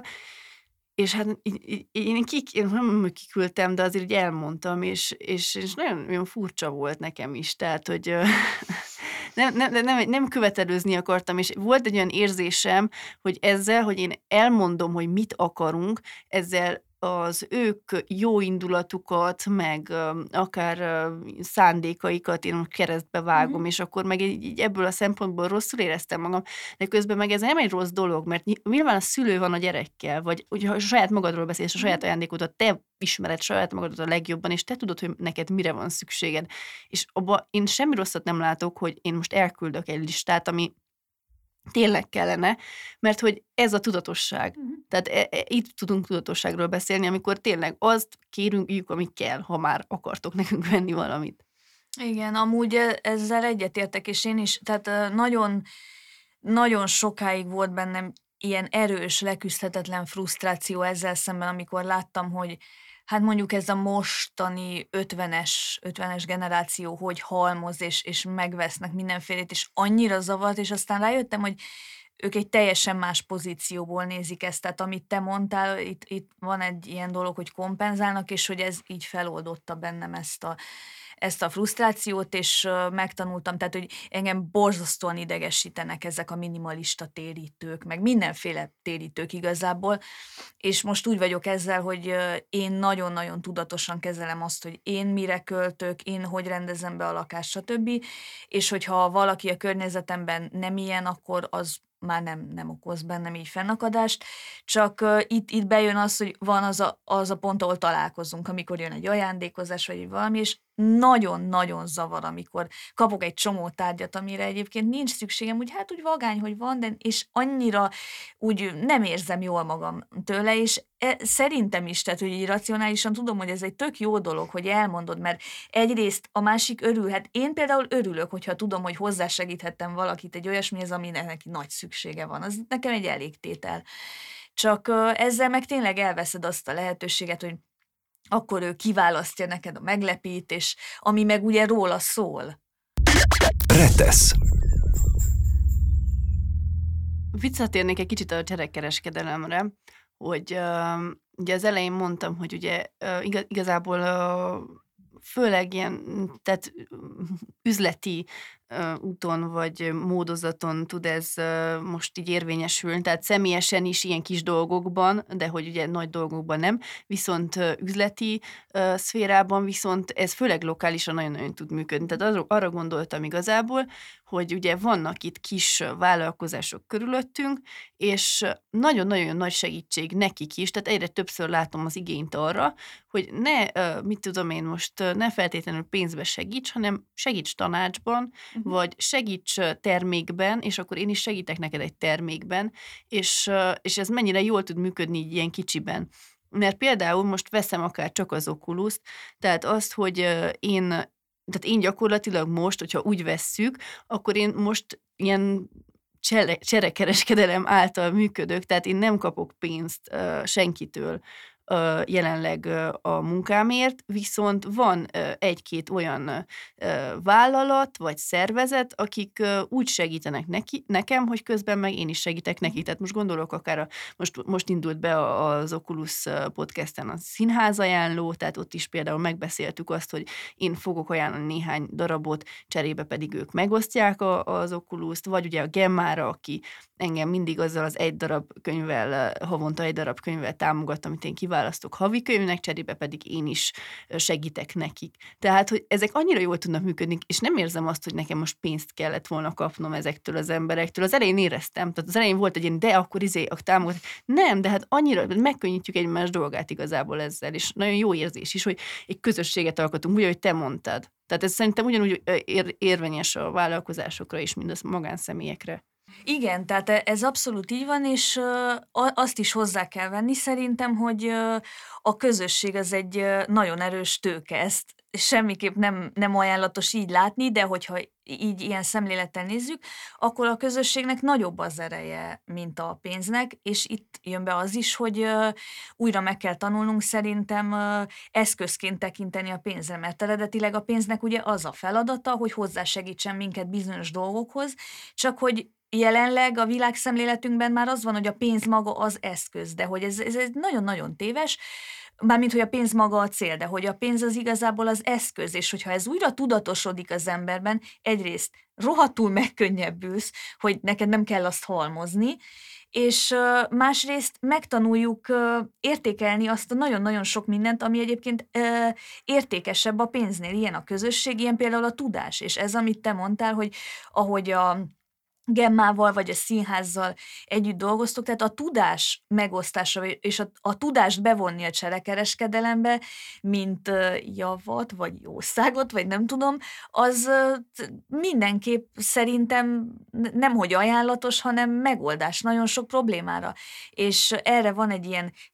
S3: és hát így, így, én, kik, én nem kiküldtem, de azért így elmondtam, és, és, és nagyon, nagyon furcsa volt nekem is, tehát, hogy uh, nem, nem, nem, nem követelőzni akartam, és volt egy olyan érzésem, hogy ezzel, hogy én elmondom, hogy mit akarunk, ezzel az ők jó indulatukat, meg uh, akár uh, szándékaikat én keresztbe vágom, mm-hmm. és akkor meg így, így ebből a szempontból rosszul éreztem magam, de közben meg ez nem egy rossz dolog, mert nyilván a szülő van a gyerekkel, vagy hogyha a saját magadról beszélsz, a saját ajándékodat, te ismered saját magadat a legjobban, és te tudod, hogy neked mire van szükséged. És abban én semmi rosszat nem látok, hogy én most elküldök egy listát, ami tényleg kellene, mert hogy ez a tudatosság. Uh-huh. Tehát e, e, itt tudunk tudatosságról beszélni, amikor tényleg azt kérünk, ami kell, ha már akartok nekünk venni valamit.
S2: Igen, amúgy ezzel egyetértek, és én is, tehát nagyon, nagyon sokáig volt bennem ilyen erős, leküzdhetetlen frusztráció ezzel szemben, amikor láttam, hogy Hát mondjuk ez a mostani ötvenes, ötvenes generáció, hogy halmoz, és, és megvesznek mindenfélét, és annyira zavart, és aztán rájöttem, hogy ők egy teljesen más pozícióból nézik ezt, tehát amit te mondtál, itt, itt van egy ilyen dolog, hogy kompenzálnak, és hogy ez így feloldotta bennem ezt a, ezt a frusztrációt, és megtanultam, tehát, hogy engem borzasztóan idegesítenek ezek a minimalista térítők, meg mindenféle térítők igazából, és most úgy vagyok ezzel, hogy én nagyon-nagyon tudatosan kezelem azt, hogy én mire költök, én hogy rendezem be a lakást, stb., és hogyha valaki a környezetemben nem ilyen, akkor az már nem, nem okoz bennem így fennakadást, csak uh, itt, itt bejön az, hogy van az a, az a pont, ahol találkozunk, amikor jön egy ajándékozás, vagy valami, és nagyon-nagyon zavar, amikor kapok egy csomó tárgyat, amire egyébként nincs szükségem, úgy hát úgy vagány, hogy van, de és annyira úgy nem érzem jól magam tőle, és e, szerintem is, tehát hogy így racionálisan tudom, hogy ez egy tök jó dolog, hogy elmondod, mert egyrészt a másik örül, hát én például örülök, hogyha tudom, hogy hozzásegíthettem valakit egy olyasmihez, ami neki nagy szüksége van, az nekem egy elégtétel. Csak uh, ezzel meg tényleg elveszed azt a lehetőséget, hogy akkor ő kiválasztja neked a meglepítés, ami meg ugye róla szól.
S1: Retesz.
S3: Visszatérnék egy kicsit a cserekereskedelemre, hogy uh, ugye az elején mondtam, hogy ugye uh, igaz, igazából uh, főleg ilyen, tehát üzleti uh, úton vagy módozaton tud ez uh, most így érvényesülni, tehát személyesen is ilyen kis dolgokban, de hogy ugye nagy dolgokban nem, viszont uh, üzleti uh, szférában viszont ez főleg lokálisan nagyon-nagyon tud működni. Tehát arra, arra gondoltam igazából, hogy ugye vannak itt kis vállalkozások körülöttünk, és nagyon-nagyon nagy segítség nekik is, tehát egyre többször látom az igényt arra, hogy ne, mit tudom én most, ne feltétlenül pénzbe segíts, hanem segíts tanácsban, uh-huh. vagy segíts termékben, és akkor én is segítek neked egy termékben, és, és ez mennyire jól tud működni így ilyen kicsiben. Mert például most veszem akár csak az Oculust, tehát azt, hogy én Tehát én gyakorlatilag most, hogyha úgy vesszük, akkor én most ilyen csere, cserekereskedelem által működök, tehát én nem kapok pénzt uh, senkitől uh, jelenleg uh, a munkámért, viszont van uh, egy-két olyan uh, vállalat vagy szervezet, akik uh, úgy segítenek neki, nekem, hogy közben meg én is segítek neki. Tehát most gondolok akár, a, most, most indult be az Oculus podcasten a színházajánló, tehát ott is például megbeszéltük azt, hogy én fogok ajánlani néhány darabot, cserébe pedig ők megosztják a, az Oculust, vagy ugye a Gemmára, aki engem mindig azzal az egy darab könyvvel, havonta egy darab könyvvel támogat, amit én kiválasztok havi könyvnek, cserébe pedig én is segítek nekik. Tehát, hogy ezek annyira jól tudnak működni, és nem érzem azt, hogy nekem most pénzt kellett volna kapnom ezektől az emberektől. Az elején éreztem, tehát az elején volt egy ilyen, de akkor izé, akkor támogat. Nem, de hát annyira megkönnyítjük egymás dolgát igazából ezzel, és nagyon jó érzés is, hogy egy közösséget alkotunk, úgy, ahogy te mondtad. Tehát ez szerintem ugyanúgy ér- érvényes a vállalkozásokra is, mint a magánszemélyekre.
S2: Igen, tehát ez abszolút így van, és azt is hozzá kell venni szerintem, hogy a közösség az egy nagyon erős tőke, ezt semmiképp nem, nem ajánlatos így látni, de hogyha így ilyen szemlélettel nézzük, akkor a közösségnek nagyobb az ereje, mint a pénznek, és itt jön be az is, hogy újra meg kell tanulnunk szerintem eszközként tekinteni a pénzre, mert eredetileg a pénznek ugye az a feladata, hogy hozzásegítsen minket bizonyos dolgokhoz, csak hogy jelenleg a világszemléletünkben már az van, hogy a pénz maga az eszköz, de hogy ez, ez nagyon-nagyon téves, mármint, hogy a pénz maga a cél, de hogy a pénz az igazából az eszköz, és hogyha ez újra tudatosodik az emberben, egyrészt rohadtul megkönnyebbülsz, hogy neked nem kell azt halmozni, és másrészt megtanuljuk értékelni azt a nagyon-nagyon sok mindent, ami egyébként értékesebb a pénznél, ilyen a közösség, ilyen például a tudás, és ez, amit te mondtál, hogy ahogy a Gemmával vagy a színházzal együtt dolgoztok, tehát a tudás megosztása és a, a tudást bevonni a cserekereskedelembe, mint uh, javat, vagy jószágot, vagy nem tudom, az uh, mindenképp szerintem nemhogy ajánlatos, hanem megoldás nagyon sok problémára. És erre van egy ilyen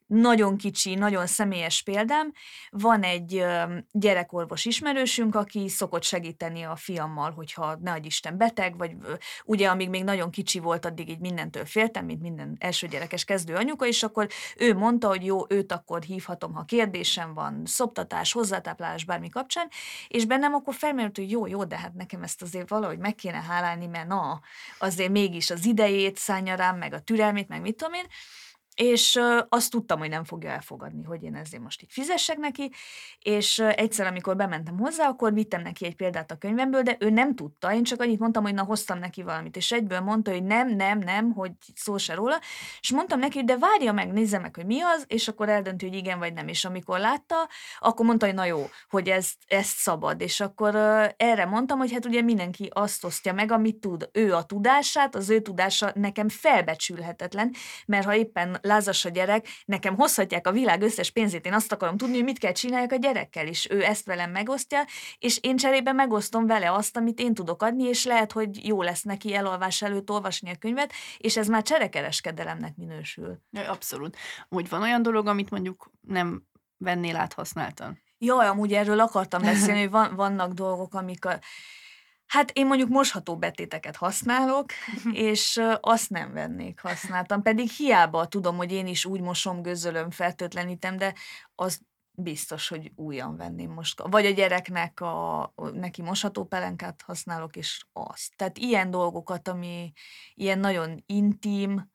S2: nagyon kicsi, nagyon személyes példám. Van egy gyerekorvos ismerősünk, aki szokott segíteni a fiammal, hogyha ne adj Isten beteg, vagy ugye amíg még nagyon kicsi volt, addig így mindentől féltem, mint minden elsőgyerekes kezdő anyuka, és akkor ő mondta, hogy jó, őt akkor hívhatom, ha kérdésem van, szoptatás, hozzátáplálás, bármi kapcsán, és bennem akkor felmerült, hogy jó, jó, de hát nekem ezt azért valahogy meg kéne hálálni, mert na, azért mégis az idejét szánja rám, meg a türelmét, meg mit tudom én, és uh, azt tudtam, hogy nem fogja elfogadni, hogy én ezért most így fizessek neki, és uh, egyszer, amikor bementem hozzá, akkor vittem neki egy példát a könyvemből, de ő nem tudta, én csak annyit mondtam, hogy na, hoztam neki valamit, és egyből mondta, hogy nem, nem, nem, hogy szó se róla, és mondtam neki, hogy de várja meg, nézze meg, hogy mi az, és akkor eldöntő, hogy igen vagy nem, és amikor látta, akkor mondta, hogy na jó, hogy ezt, ezt szabad, és akkor uh, erre mondtam, hogy hát ugye mindenki azt osztja meg, amit tud, ő a tudását, az ő tudása nekem felbecsülhetetlen, mert ha éppen lázas a gyerek, nekem hozhatják a világ összes pénzét, én azt akarom tudni, hogy mit kell csináljak a gyerekkel, és ő ezt velem megosztja, és én cserébe megosztom vele azt, amit én tudok adni, és lehet, hogy jó lesz neki elalvás előtt olvasni a könyvet, és ez már cserekereskedelemnek minősül.
S3: Abszolút. Úgy van olyan dolog, amit mondjuk nem vennél át használtan?
S2: Jaj, amúgy erről akartam beszélni, hogy van, vannak dolgok, amik a Hát én mondjuk mosható betéteket használok, és azt nem vennék használtam. Pedig hiába tudom, hogy én is úgy mosom, gőzölöm, fertőtlenítem, de az biztos, hogy újan venném most. Vagy a gyereknek a, neki mosható pelenkát használok, és azt. Tehát ilyen dolgokat, ami ilyen nagyon intim,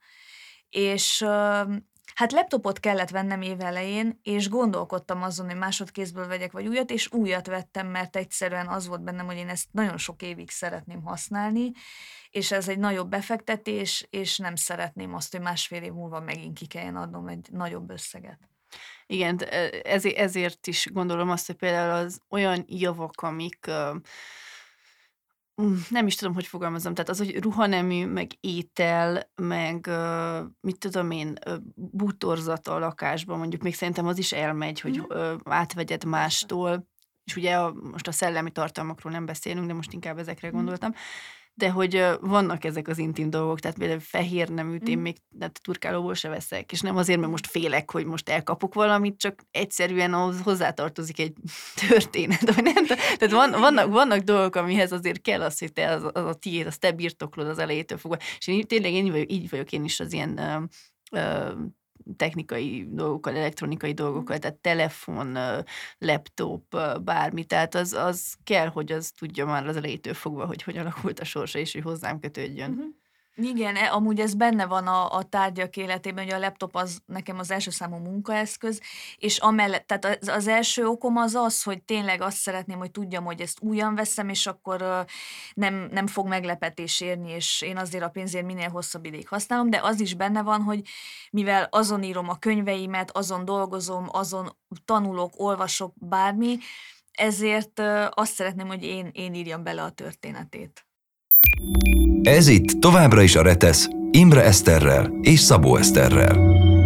S2: és hát laptopot kellett vennem évelején, és gondolkodtam azon, hogy másodkézből vegyek, vagy újat, és újat vettem, mert egyszerűen az volt bennem, hogy én ezt nagyon sok évig szeretném használni, és ez egy nagyobb befektetés, és nem szeretném azt, hogy másfél év múlva megint ki kelljen adnom egy nagyobb összeget.
S3: Igen, ezért, ezért is gondolom azt, hogy például az olyan javak, amik... nem is tudom, hogy fogalmazom, tehát az, hogy ruhanemű, meg étel, meg mit tudom én, bútorzat a lakásban, mondjuk még szerintem az is elmegy, hogy mm. átvegyed mástól, és ugye a, most a szellemi tartalmakról nem beszélünk, de most inkább ezekre mm. gondoltam, de hogy vannak ezek az intim dolgok, tehát például fehér neműt én még hát turkálóból se veszek, és nem azért, mert most félek, hogy most elkapok valamit, csak egyszerűen ahhoz hozzátartozik egy történet, vagy nem? Tehát van, vannak, vannak dolgok, amihez azért kell az, hogy te az, az a tiéd, azt te birtoklod az elejétől fogva. És én tényleg én vagyok, így vagyok én is az ilyen ö, ö, technikai dolgokkal, elektronikai dolgokkal, tehát telefon, laptop, bármi, tehát az, az kell, hogy az tudja már az elejétől fogva, hogy hogy alakult a sorsa, és hogy hozzám kötődjön. Uh-huh.
S2: Igen, amúgy ez benne van a, a tárgyak életében, hogy a laptop az nekem az első számú munkaeszköz, és amellett, tehát az, az első okom az az, hogy tényleg azt szeretném, hogy tudjam, hogy ezt újan veszem, és akkor uh, nem, nem fog meglepetés érni, és én azért a pénzért minél hosszabb ideig használom, de az is benne van, hogy mivel azon írom a könyveimet, azon dolgozom, azon tanulok, olvasok, bármi, ezért uh, azt szeretném, hogy én, én írjam bele a történetét.
S1: Ez itt továbbra is a Retesz, Imre Eszterrel és Szabó Eszterrel.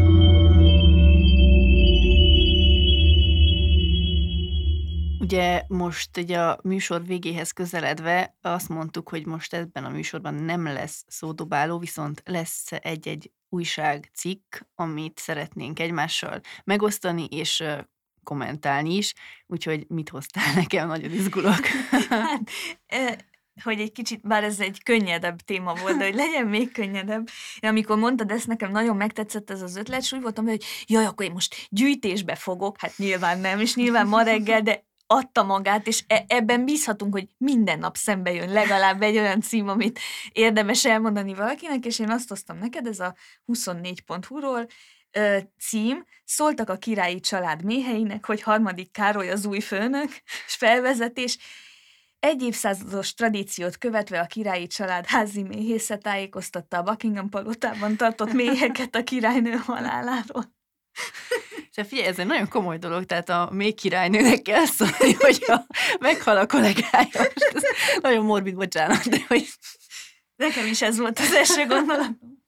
S3: Ugye most ugye a műsor végéhez közeledve azt mondtuk, hogy most ebben a műsorban nem lesz szódobáló, viszont lesz egy-egy újságcikk, amit szeretnénk egymással megosztani, és kommentálni is, úgyhogy mit hoztál nekem, nagyon izgulok.
S2: Hát, e- hogy egy kicsit, bár ez egy könnyedebb téma volt, de hogy legyen még könnyedebb. Én amikor mondtad ezt, nekem nagyon megtetszett ez az ötlet, és úgy voltam, hogy jaj, akkor én most gyűjtésbe fogok, hát nyilván nem, és nyilván ma reggel, de adta magát, és e- ebben bízhatunk, hogy minden nap szembe jön legalább egy olyan cím, amit érdemes elmondani valakinek, és én azt hoztam neked, ez a huszonnégy pont hu-ról ö, cím, szóltak a királyi család méheinek, hogy harmadik Károly az új főnök, és felvezetés. Egy évszázados tradíciót követve a királyi család házi méhésze tájékoztatta a Buckingham palotában tartott méheket a királynő haláláról.
S3: És figyelj, ez egy nagyon komoly dolog, tehát a méh királynőnek kell szólni, hogyha meghal a kollégája. Ez nagyon morbid, bocsánat, de hogy...
S2: Nekem is ez volt az első gondolatom.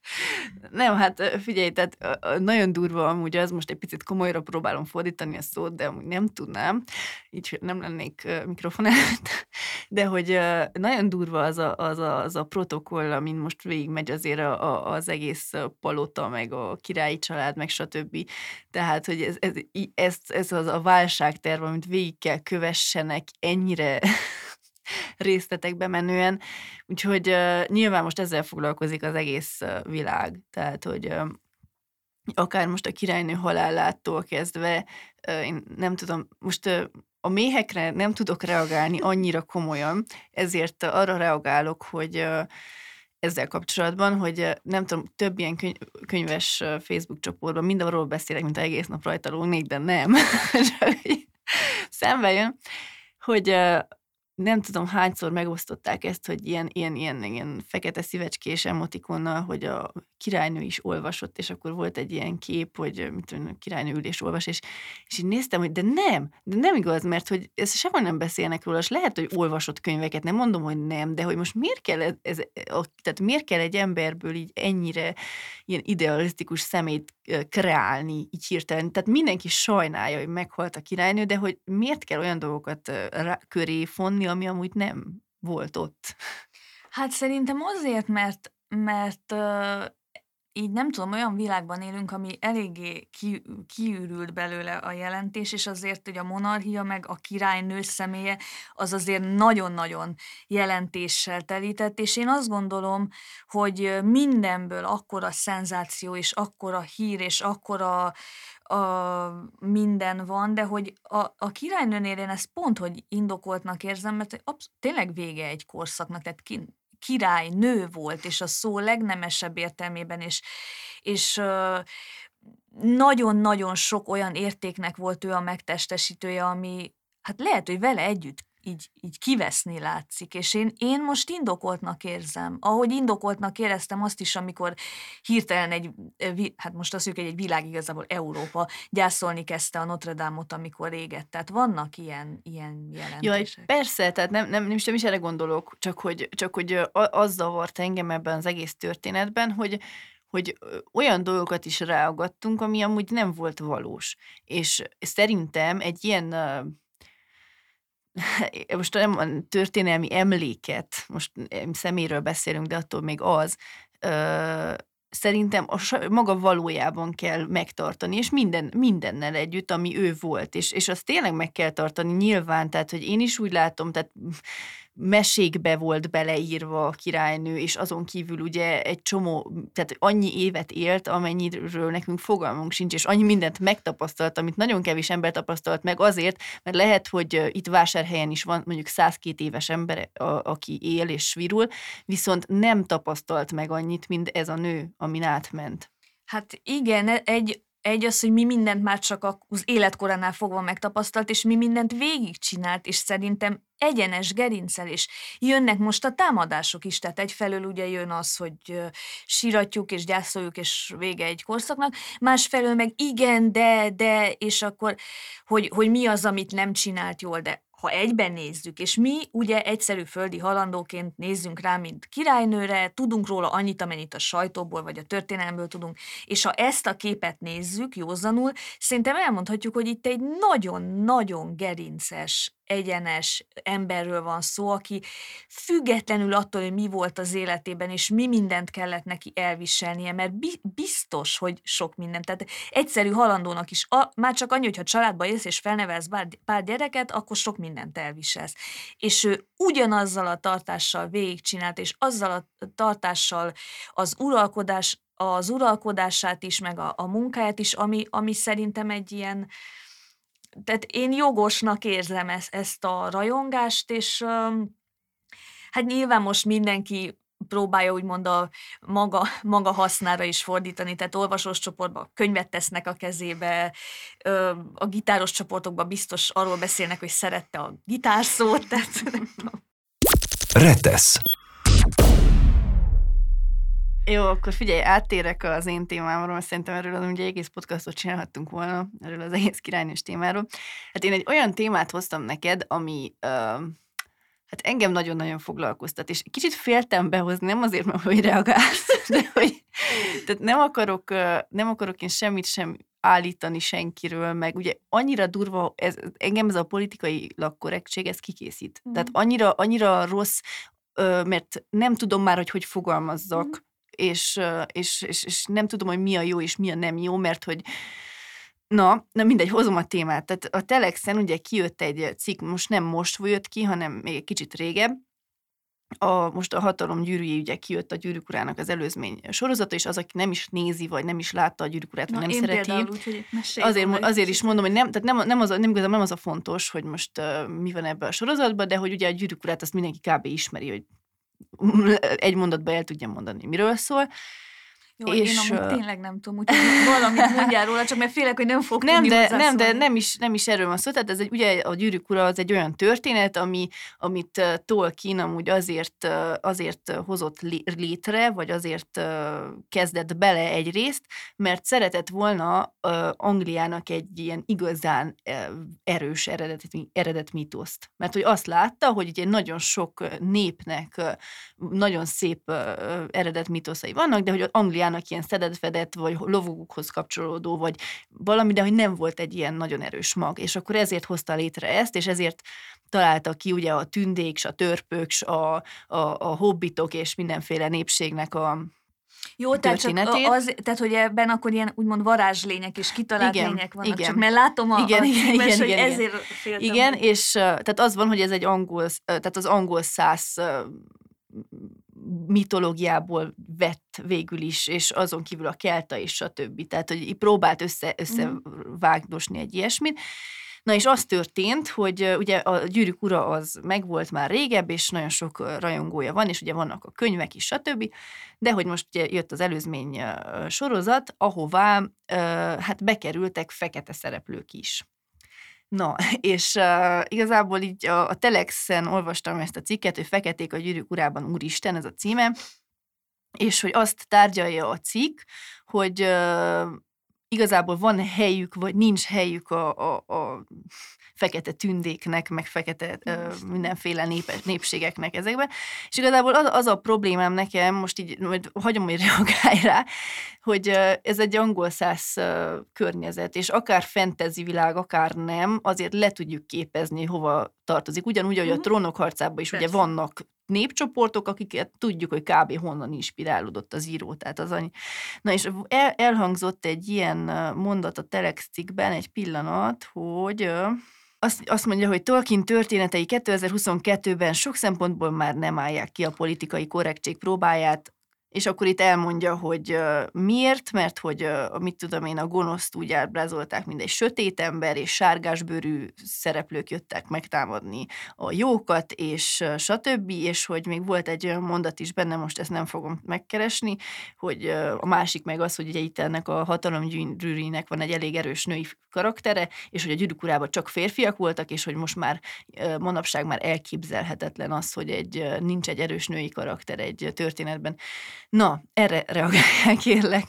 S3: Nem, hát figyelj, tehát nagyon durva amúgy az, most egy picit komolyra próbálom fordítani a szót, de amúgy nem tudnám, így nem lennék mikrofon előtt, de hogy nagyon durva az a, az a, az a protokoll, amin most végigmegy azért a, a, az egész palota, meg a királyi család, meg stb. Tehát, hogy ez, ez, ez, ez az a válságterv, amit végig kell kövessenek ennyire részletekbe menően, úgyhogy uh, nyilván most ezzel foglalkozik az egész uh, világ, tehát, hogy uh, akár most a királynő halálától kezdve, uh, én nem tudom, most uh, a méhekre nem tudok reagálni annyira komolyan, ezért uh, arra reagálok, hogy uh, ezzel kapcsolatban, hogy uh, nem tudom, több ilyen köny- könyves uh, Facebook csoportban mindenről beszélek, mint egész nap rajta lógnék, de nem. Szembe jön, hogy uh, nem tudom, hányszor megosztották ezt, hogy ilyen, ilyen, ilyen, ilyen fekete szívecskés emotikonnal, hogy a királynő is olvasott, és akkor volt egy ilyen kép, hogy mit tudom, a királynő ül és olvas, és, és így néztem, hogy de nem, de nem igaz, mert hogy ezt sehol nem beszélnek róla, és lehet, hogy olvasott könyveket, nem mondom, hogy nem, de hogy most miért kell, ez, ez, tehát miért kell egy emberből így ennyire ilyen idealisztikus szemét kreálni, így hirtelen. Tehát mindenki sajnálja, hogy meghalt a királynő, de hogy miért kell olyan dolgokat rá, köré fonni, ami amúgy nem volt ott.
S2: Hát szerintem azért, mert, mert uh, így nem tudom, olyan világban élünk, ami eléggé ki, kiürült belőle a jelentés, és azért, hogy a monarchia meg a királynő személye az azért nagyon-nagyon jelentéssel telített, és én azt gondolom, hogy mindenből akkora szenzáció, és akkora hír, és akkora a minden van, de hogy a, a királynőnél én ezt pont, hogy indokoltnak érzem, mert absz- tényleg vége egy korszaknak, tehát ki, királynő volt, és a szó legnemesebb értelmében, és, és uh, nagyon-nagyon sok olyan értéknek volt ő a megtestesítője, ami hát lehet, hogy vele együtt így, így kiveszni látszik, és én, én most indokoltnak érzem. Ahogy indokoltnak éreztem azt is, amikor hirtelen egy, hát most azt mondjuk, hogy egy világ, igazából Európa gyászolni kezdte a Notre Dame-ot, amikor égett. Tehát vannak ilyen, ilyen jelentések.
S3: Jaj, persze, tehát nem, nem, nem, is, nem is erre gondolok, csak hogy, csak hogy az zavart engem ebben az egész történetben, hogy hogy olyan dolgokat is ráagadtunk, ami amúgy nem volt valós. És szerintem egy ilyen most nem a történelmi emléket, most személyről beszélünk, de attól még az, ö, szerintem a maga valójában kell megtartani, és minden, mindennel együtt, ami ő volt, és, és azt tényleg meg kell tartani nyilván, tehát, hogy én is úgy látom, tehát mesékbe volt beleírva a királynő, és azon kívül ugye egy csomó, tehát annyi évet élt, amennyiről nekünk fogalmunk sincs, és annyi mindent megtapasztalt, amit nagyon kevés ember tapasztalt meg azért, mert lehet, hogy itt Vásárhelyen is van mondjuk százkét éves ember, a, aki él és virul, viszont nem tapasztalt meg annyit, mint ez a nő, amin átment.
S2: Hát igen, egy Egy az, hogy mi mindent már csak az életkoránál fogva megtapasztalt, és mi mindent végigcsinált, és szerintem egyenes gerinccel, és jönnek most a támadások is, tehát egyfelől ugye jön az, hogy síratjuk, és gyászoljuk, és vége egy korszaknak, másfelől meg igen, de, de, és akkor, hogy, hogy mi az, amit nem csinált jól, de ha egyben nézzük, és mi ugye egyszerű földi halandóként nézzünk rá, mint királynőre, tudunk róla annyit, amennyit a sajtóból vagy a történelmből tudunk, és ha ezt a képet nézzük józanul, szerintem elmondhatjuk, hogy itt egy nagyon-nagyon gerinces, egyenes emberről van szó, aki függetlenül attól, hogy mi volt az életében, és mi mindent kellett neki elviselnie, mert biztos, hogy sok mindent. Tehát egyszerű halandónak is, a, már csak annyi, hogyha családba élsz és felnevelsz pár, pár gyereket, akkor sok mindent elviselsz. És ő ugyanazzal a tartással végigcsinált, és azzal a tartással az uralkodás, az uralkodását is, meg a, a munkáját is, ami, ami szerintem egy ilyen, tehát én jogosnak érzem ezt, ezt a rajongást, és um, hát nyilván most mindenki próbálja úgymond a maga, maga hasznára is fordítani, tehát olvasós csoportban könyvet tesznek a kezébe, a gitáros csoportokban biztos arról beszélnek, hogy szerette a gitárszót, tehát
S1: Retesz.
S3: Jó, akkor figyelj, áttérek az én témámról, mert szerintem erről ugye egész podcastot csinálhattunk volna, erről az egész királynős témáról. Hát én egy olyan témát hoztam neked, ami, uh, Hát engem nagyon-nagyon foglalkoztat, és kicsit féltem behozni, nem azért, mert hogy reagálsz, de hogy tehát nem akarok, nem akarok én semmit sem állítani senkiről, meg ugye annyira durva, ez, engem ez a politikailag korrektség, ez kikészít. Mm. Tehát annyira, annyira rossz, mert nem tudom már, hogy hogy fogalmazzak, mm. és, és, és, és nem tudom, hogy mi a jó, és mi a nem jó, mert hogy Na, na mindegy, hozom a témát. Tehát a Telexen ugye kijött egy cikk, most nem most jött ki, hanem még egy kicsit régebb. A, most a Hatalom gyűrűi ugye kijött a Gyűrűk urának az előzmény sorozata, és az, aki nem is nézi, vagy nem is látta a Gyűrűk urát, vagy nem
S2: én
S3: szereti.
S2: Úgy,
S3: azért, azért is mondom, hogy nem, tehát nem, nem, az, nem, nem az a fontos, hogy most uh, mi van ebben a sorozatban, de hogy ugye a Gyűrűk urát azt mindenki kb. Ismeri, hogy egy mondatban el tudja mondani, miről szól.
S2: Jó, és, én amúgy tényleg nem tudom, úgyhogy valamit mondjál róla, csak mert félek, hogy nem fog
S3: nem,
S2: tudni
S3: de, Nem, de nem is, nem is erről van szó, tehát ez egy, ugye a Gyűrűk ura az egy olyan történet, ami, amit Tolkien amúgy azért, azért hozott létre, vagy azért kezdett bele egy részt, mert szeretett volna Angliának egy ilyen igazán erős eredet, eredet mítoszt. Mert hogy azt látta, hogy ugye nagyon sok népnek nagyon szép eredet mítoszai vannak, de hogy Angliának ilyen szedett-fedett, vagy lovagokhoz kapcsolódó, vagy valami, de hogy nem volt egy ilyen nagyon erős mag. És akkor ezért hozta létre ezt, és ezért találta ki ugye a tündék, a törpök, a, a, a hobbitok, és mindenféle népségnek a
S2: Jó, tehát, csak az, tehát, hogy ebben akkor ilyen úgymond varázslények és kitalált igen, lények vannak, igen. Csak mert látom a,
S3: igen,
S2: a
S3: igen,
S2: címes,
S3: igen,
S2: hogy
S3: igen,
S2: ezért féltem.
S3: Igen, hogy... és tehát az van, hogy ez egy angol, tehát az angol száz mitológiából vett végül is, és azon kívül a kelta és stb. Tehát, hogy próbált össze, összevágdosni egy ilyesmit. Na és az történt, hogy ugye a Gyűrűk ura az megvolt már régebb, és nagyon sok rajongója van, és ugye vannak a könyvek is, stb. De hogy most ugye jött az előzmény sorozat, ahová hát bekerültek fekete szereplők is. Na, és uh, igazából így a, a Telexen olvastam ezt a cikket, hogy Feketék a Gyűrűk urában úristen, ez a címe, és hogy azt tárgyalja a cikk, hogy uh, igazából van helyük, vagy nincs helyük a, a, a fekete tündéknek, meg fekete uh, mindenféle népe, népségeknek ezekben. És igazából az, az a problémám nekem, most így majd hagyom, hogy reagálj rá, hogy uh, ez egy angol száz uh, környezet, és akár fantasy világ, akár nem, azért le tudjuk képezni, hova tartozik. Ugyanúgy, ahogy a Trónok harcában is Persze. ugye vannak népcsoportok, akiket tudjuk, hogy kb. Honnan inspirálódott az író. Tehát az annyi. Na és el, elhangzott egy ilyen mondat a Telex cikkben, egy pillanat, hogy azt, azt mondja, hogy Tolkien történetei kétezer-huszonkettőben sok szempontból már nem állják ki a politikai korrektség próbáját, és akkor itt elmondja, hogy uh, miért, mert hogy uh, mit tudom én, a gonoszt úgy ábrázolták, mint egy sötét ember, és sárgásbőrű szereplők jöttek megtámadni a jókat, és uh, stb., és hogy még volt egy olyan mondat is benne, most ezt nem fogom megkeresni, hogy uh, a másik meg az, hogy ugye itt ennek a Hatalom gyűrűinek van egy elég erős női karaktere, és hogy a Gyűrűk urában csak férfiak voltak, és hogy most már uh, manapság már elképzelhetetlen az, hogy egy, uh, nincs egy erős női karakter egy történetben. Na, erre reagálják, kérlek.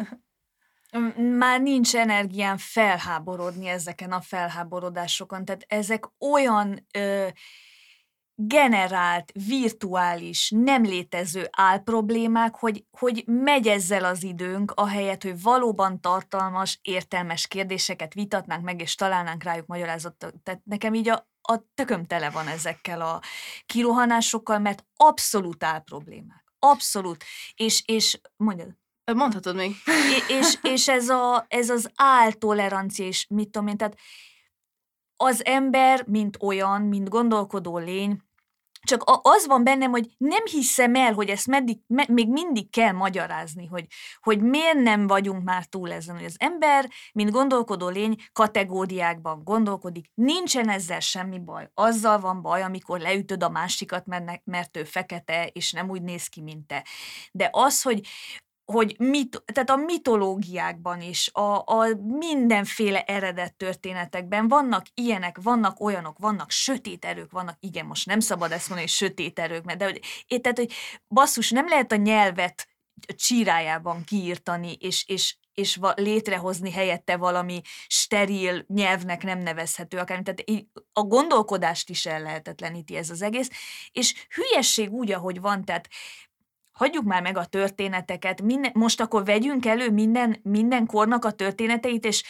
S2: Már nincs energiám felháborodni ezeken a felháborodásokon, tehát ezek olyan ö, generált, virtuális, nem létező álproblémák, hogy, hogy megy ezzel az időnk, ahelyett, hogy valóban tartalmas, értelmes kérdéseket vitatnánk meg, és találnánk rájuk magyarázatot. Tehát nekem így a, a tököm tele van ezekkel a kirohanásokkal, mert abszolút álproblémák. Abszolút. És, és mondjad.
S3: Mondhatod még.
S2: És, és ez, a, ez az áltolerancia, és mit tudom én, tehát az ember, mint olyan, mint gondolkodó lény, csak az van bennem, hogy nem hiszem el, hogy ezt meddig, me, még mindig kell magyarázni, hogy, hogy miért nem vagyunk már túl ezen, hogy az ember, mint gondolkodó lény, kategóriákban gondolkodik, nincsen ezzel semmi baj. Azzal van baj, amikor leütöd a másikat, mert, mert ő fekete, és nem úgy néz ki, mint te. De az, hogy hogy mit, tehát a mitológiákban is, a, a mindenféle eredet történetekben vannak ilyenek, vannak olyanok, vannak sötét erők, vannak, igen, most nem szabad ezt mondani, hogy sötét erők, mert de hogy, tehát, hogy basszus, nem lehet a nyelvet csírájában kiírtani, és, és és va- létrehozni helyette valami steril nyelvnek nem nevezhető akár. Tehát így a gondolkodást is ellehetetleníti ez az egész, és hülyesség úgy, ahogy van, tehát hagyjuk már meg a történeteket, minden, most akkor vegyünk elő minden, minden kornak a történeteit, és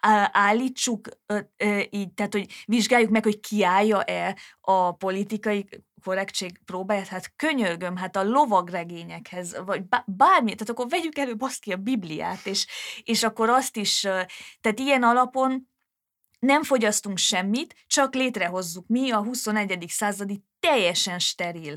S2: állítsuk ö, ö, így, tehát hogy vizsgáljuk meg, hogy kiállja-e a politikai korrektség próbáját, hát könyörgöm, hát a lovagregényekhez, vagy bármi, tehát akkor vegyük elő baszki a Bibliát, és, és akkor azt is, tehát ilyen alapon nem fogyasztunk semmit, csak létrehozzuk mi a huszonegyedik századi teljesen steril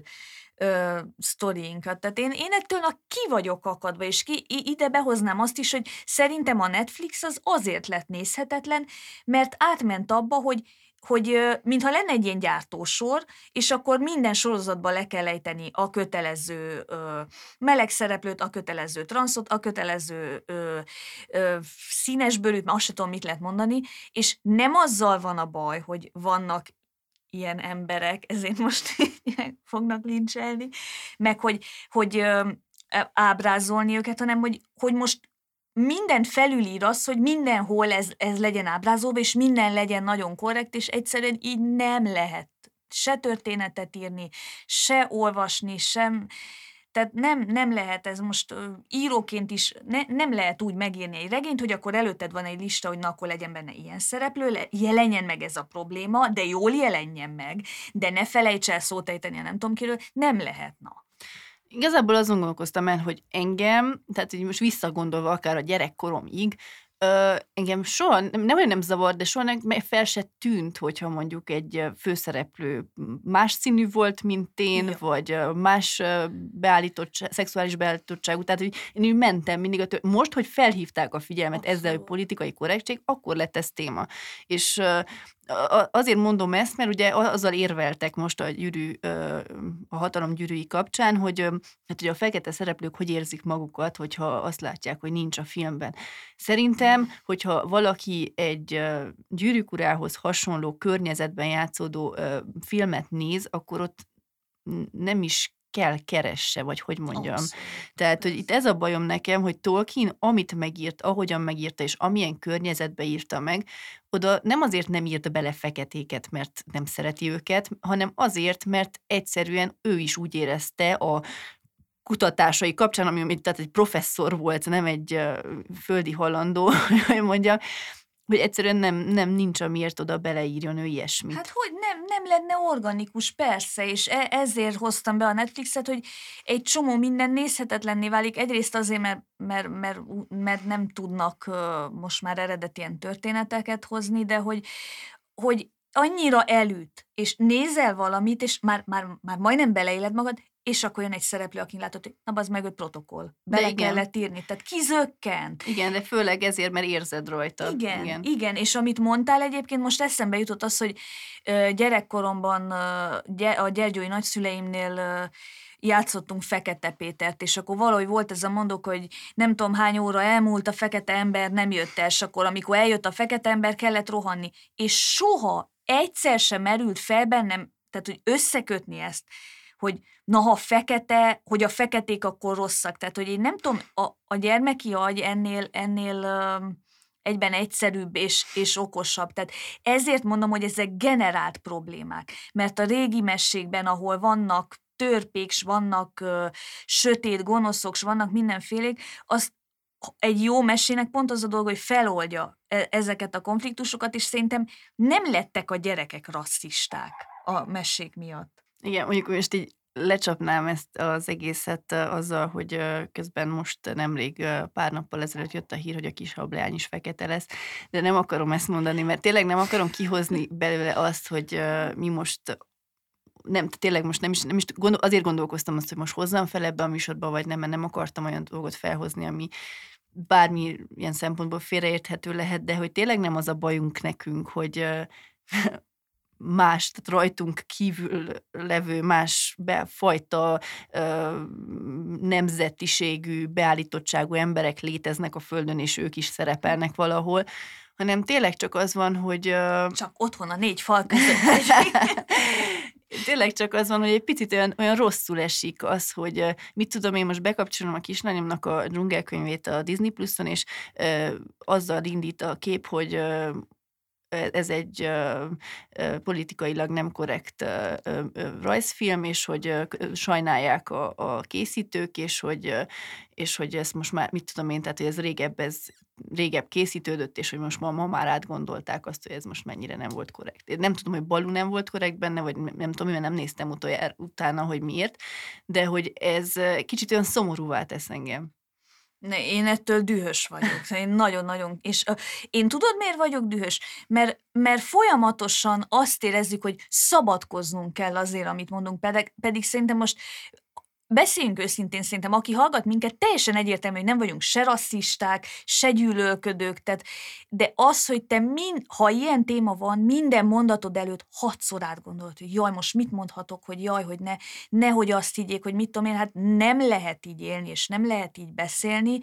S2: ö, sztoriinkat. Tehát én, én ettől a ki vagyok akadva, és ki, ide behoznám azt is, hogy szerintem a Netflix az azért lett nézhetetlen, mert átment abba, hogy hogy mintha lenne egy ilyen gyártósor, és akkor minden sorozatban le kell ejteni a kötelező ö, meleg szereplőt, a kötelező transzot, a kötelező ö, ö, színesbőrűt, mert azt sem tudom, mit lehet mondani, és nem azzal van a baj, hogy vannak ilyen emberek, ezért most fognak lincselni, meg hogy, hogy ö, ábrázolni őket, hanem hogy, hogy most mindent felülír az, hogy mindenhol ez, ez legyen ábrázolva, és minden legyen nagyon korrekt, és egyszerűen így nem lehet se történetet írni, se olvasni, sem, tehát nem, nem lehet ez most uh, íróként is, ne, nem lehet úgy megírni egy regényt, hogy akkor előtted van egy lista, hogy na, akkor legyen benne ilyen szereplő, le, jelenjen meg ez a probléma, de jól jelenjen meg, de ne felejts el szót ejteni, nem tudom kiről, nem lehet, na.
S3: Igazából azon gondolkoztam el, hogy engem, tehát hogy most visszagondolva akár a gyerekkoromig, ö, engem soha, nem, nem olyan nem zavar, de soha nem, fel se tűnt, hogyha mondjuk egy főszereplő más színű volt, mint én, ja. vagy más beállítottság, szexuális beállítottságú, tehát hogy én úgy mentem mindig, a tő... most, hogy felhívták a figyelmet Abszolút. Ezzel, hogy politikai korrektség, akkor lett ez téma. És azért mondom ezt, mert ugye azzal érveltek most a, gyűrű, a hatalom gyűrűi kapcsán, hogy, hát ugye a fekete szereplők hogy érzik magukat, hogyha azt látják, hogy nincs a filmben. Szerintem, hogyha valaki egy Gyűrűk urához hasonló környezetben játszódó filmet néz, akkor ott nem is kell keresse, vagy hogy mondjam. Abszolút. Tehát, hogy itt ez a bajom nekem, hogy Tolkien, amit megírt, ahogyan megírta, és amilyen környezetbe írta meg, oda nem azért nem írt bele feketéket, mert nem szereti őket, hanem azért, mert egyszerűen ő is úgy érezte a kutatásai kapcsán, ami tehát egy professzor volt, nem egy uh, földi halandó, hogy mondjam, hogy egyszerűen nem, nem nincs, amiért oda beleírjon ő ilyesmit.
S2: Hát hogy nem, nem lenne organikus, persze, és e- ezért hoztam be a Netflixet, hogy egy csomó minden nézhetetlenné válik. Egyrészt azért, mert, mert, mert, mert nem tudnak uh, most már eredeti ilyen történeteket hozni, de hogy, hogy annyira elüt, és nézel valamit, és már, már, már majdnem beleéled magad, és akkor jön egy szereplő, akin látod, hogy na, az meg egy protokoll. Bele kellett írni, tehát kizökkent.
S3: Igen, de főleg ezért, mert érzed rajta.
S2: Igen, igen, igen, és amit mondtál egyébként, most eszembe jutott az, hogy gyerekkoromban a gyergyói nagyszüleimnél játszottunk Fekete Pétert, és akkor valahogy volt ez a mondók, hogy nem tudom hány óra elmúlt, a fekete ember nem jött el, és akkor amikor eljött a fekete ember, kellett rohanni. És soha egyszer sem merült fel bennem, tehát hogy összekötni ezt, hogy na, ha fekete, hogy a feketék akkor rosszak. Tehát, hogy én nem tudom, a, a gyermeki agy ennél, ennél um, egyben egyszerűbb és, és okosabb. Tehát ezért mondom, hogy ezek generált problémák. Mert a régi mességben, ahol vannak törpék, s vannak uh, sötét gonoszok, s vannak mindenfélék, az egy jó mesének pont az a dolga, hogy feloldja ezeket a konfliktusokat, és szerintem nem lettek a gyerekek rasszisták a mesék miatt.
S3: Igen, mondjuk most így lecsapnám ezt az egészet azzal, hogy közben most nemrég pár nappal ezelőtt jött a hír, hogy a kis hableány is fekete lesz, de nem akarom ezt mondani, mert tényleg nem akarom kihozni belőle azt, hogy mi most nem, tényleg most nem is, nem is gondol, azért gondolkoztam azt, hogy most hozzam fel ebbe a műsorba, vagy nem, mert nem akartam olyan dolgot felhozni, ami bármi ilyen szempontból félreérthető lehet, de hogy tényleg nem az a bajunk nekünk, hogy más, tehát rajtunk kívül levő más fajta ö, nemzetiségű, beállítottságú emberek léteznek a Földön, és ők is szerepelnek valahol, hanem tényleg csak az van, hogy... Ö,
S2: csak otthon a négy fal között.
S3: Tényleg csak az van, hogy egy picit olyan, olyan rosszul esik az, hogy mit tudom, én most bekapcsolom a kislányomnak a dzsungelkönyvét a Disney Pluson, és ö, azzal indít a kép, hogy ö, ez egy ö, ö, politikailag nem korrekt ö, ö, rajzfilm, és hogy ö, sajnálják a, a készítők, és hogy, ö, és hogy ezt most már, mit tudom én, tehát hogy ez régebb, ez régebb készítődött, és hogy most ma, ma már átgondolták azt, hogy ez most mennyire nem volt korrekt. Én nem tudom, hogy Balú nem volt korrekt benne, vagy nem tudom, mert nem néztem utoljára, utána, hogy miért, de hogy ez kicsit olyan szomorúvá tesz engem.
S2: Ne, én ettől dühös vagyok. Én nagyon-nagyon, és uh, én tudod, miért vagyok dühös? Mert, mert folyamatosan azt érezzük, hogy szabadkoznunk kell azért, amit mondunk, pedig, pedig szerintem most beszéljünk őszintén, szerintem, aki hallgat minket, teljesen egyértelmű, hogy nem vagyunk se rasszisták, se gyűlölködők, tehát, de az, hogy te mind, ha ilyen téma van, minden mondatod előtt hatszor átgondolod, hogy jaj, most mit mondhatok, hogy jaj, hogy ne, nehogy azt higgyék, hogy mit tudom én, hát nem lehet így élni, és nem lehet így beszélni,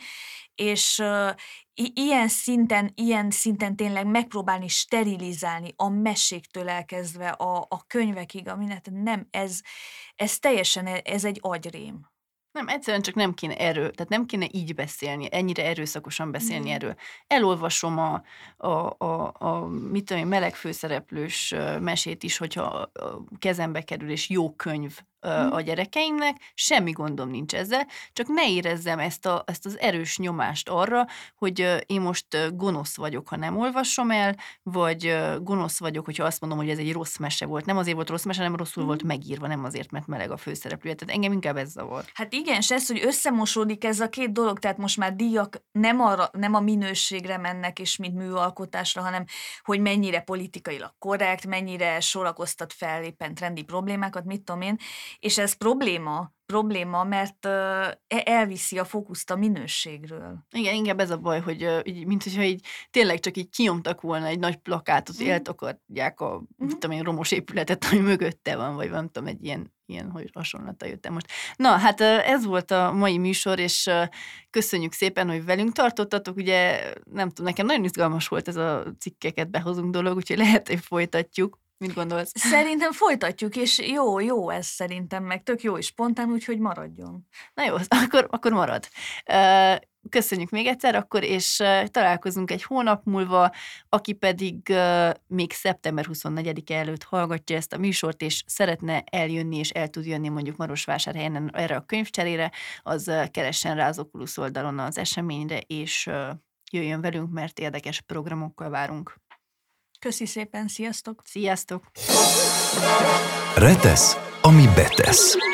S2: és uh, i- ilyen szinten, ilyen szinten tényleg megpróbálni sterilizálni a meséktől elkezdve a, a könyvekig, aminek nem, ez, ez teljesen, ez egy agyrém.
S3: Nem, egyszerűen csak nem kéne erről, tehát nem kéne így beszélni, ennyire erőszakosan beszélni
S2: Mm.
S3: erről. Elolvasom a, a, a, a mit tudom én, meleg főszereplős ö, mesét is, hogyha a kezembe kerül, és jó könyv ö,
S2: Mm.
S3: a gyerekeimnek, semmi gondom nincs ezzel, csak ne érezzem ezt, a, ezt az erős nyomást arra, hogy ö, én most ö, gonosz vagyok, ha nem olvasom el, vagy ö, gonosz vagyok, hogyha azt mondom, hogy ez egy rossz mese volt. Nem azért volt rossz mese, hanem rosszul
S2: Mm.
S3: volt megírva, nem azért, mert meleg a főszereplője. Tehát engem inkább ez zavar.
S2: Hát igen, és ez, hogy összemosódik ez a két dolog, tehát most már díjak nem, arra, nem a minőségre mennek, és mint műalkotásra, hanem hogy mennyire politikailag korrekt, mennyire sorakoztat fel éppen trendi problémákat, mit tudom én, és ez probléma, probléma, mert uh, elviszi a fókuszt a minőségről.
S3: Igen, inkább ez a baj, hogy ö, így, mint hogyha így tényleg csak így kinyomtak volna egy nagy plakátot, hogy
S2: Mhm.
S3: eltakarják a,
S2: Mhm.
S3: mit tudom én, romos épületet, ami mögötte van, vagy nem tudom, egy ilyen, ilyen hogy hasonlata jöttem most. Na, hát ö, ez volt a mai műsor, és ö, köszönjük szépen, hogy velünk tartottatok. Ugye, nem tudom, nekem nagyon izgalmas volt ez a cikkeket behozunk dolog, úgyhogy lehet, hogy folytatjuk. Mit gondolsz?
S2: Szerintem folytatjuk, és jó, jó ez szerintem, meg tök jó és spontán, úgyhogy maradjon.
S3: Na jó, akkor, akkor marad. Ö, Köszönjük még egyszer, akkor, és ö, találkozunk egy hónap múlva, aki pedig ö, még szeptember huszonnegyedike előtt hallgatja ezt a műsort, és szeretne eljönni, és el tud jönni mondjuk Marosvásárhelyen erre a könyvcserére, az ö, keressen rá az Oculus oldalon az eseményre, és ö, jöjjön velünk, mert érdekes programokkal várunk.
S2: Köszi szépen, sziasztok!
S3: Sziasztok!
S1: Retesz, ami betesz.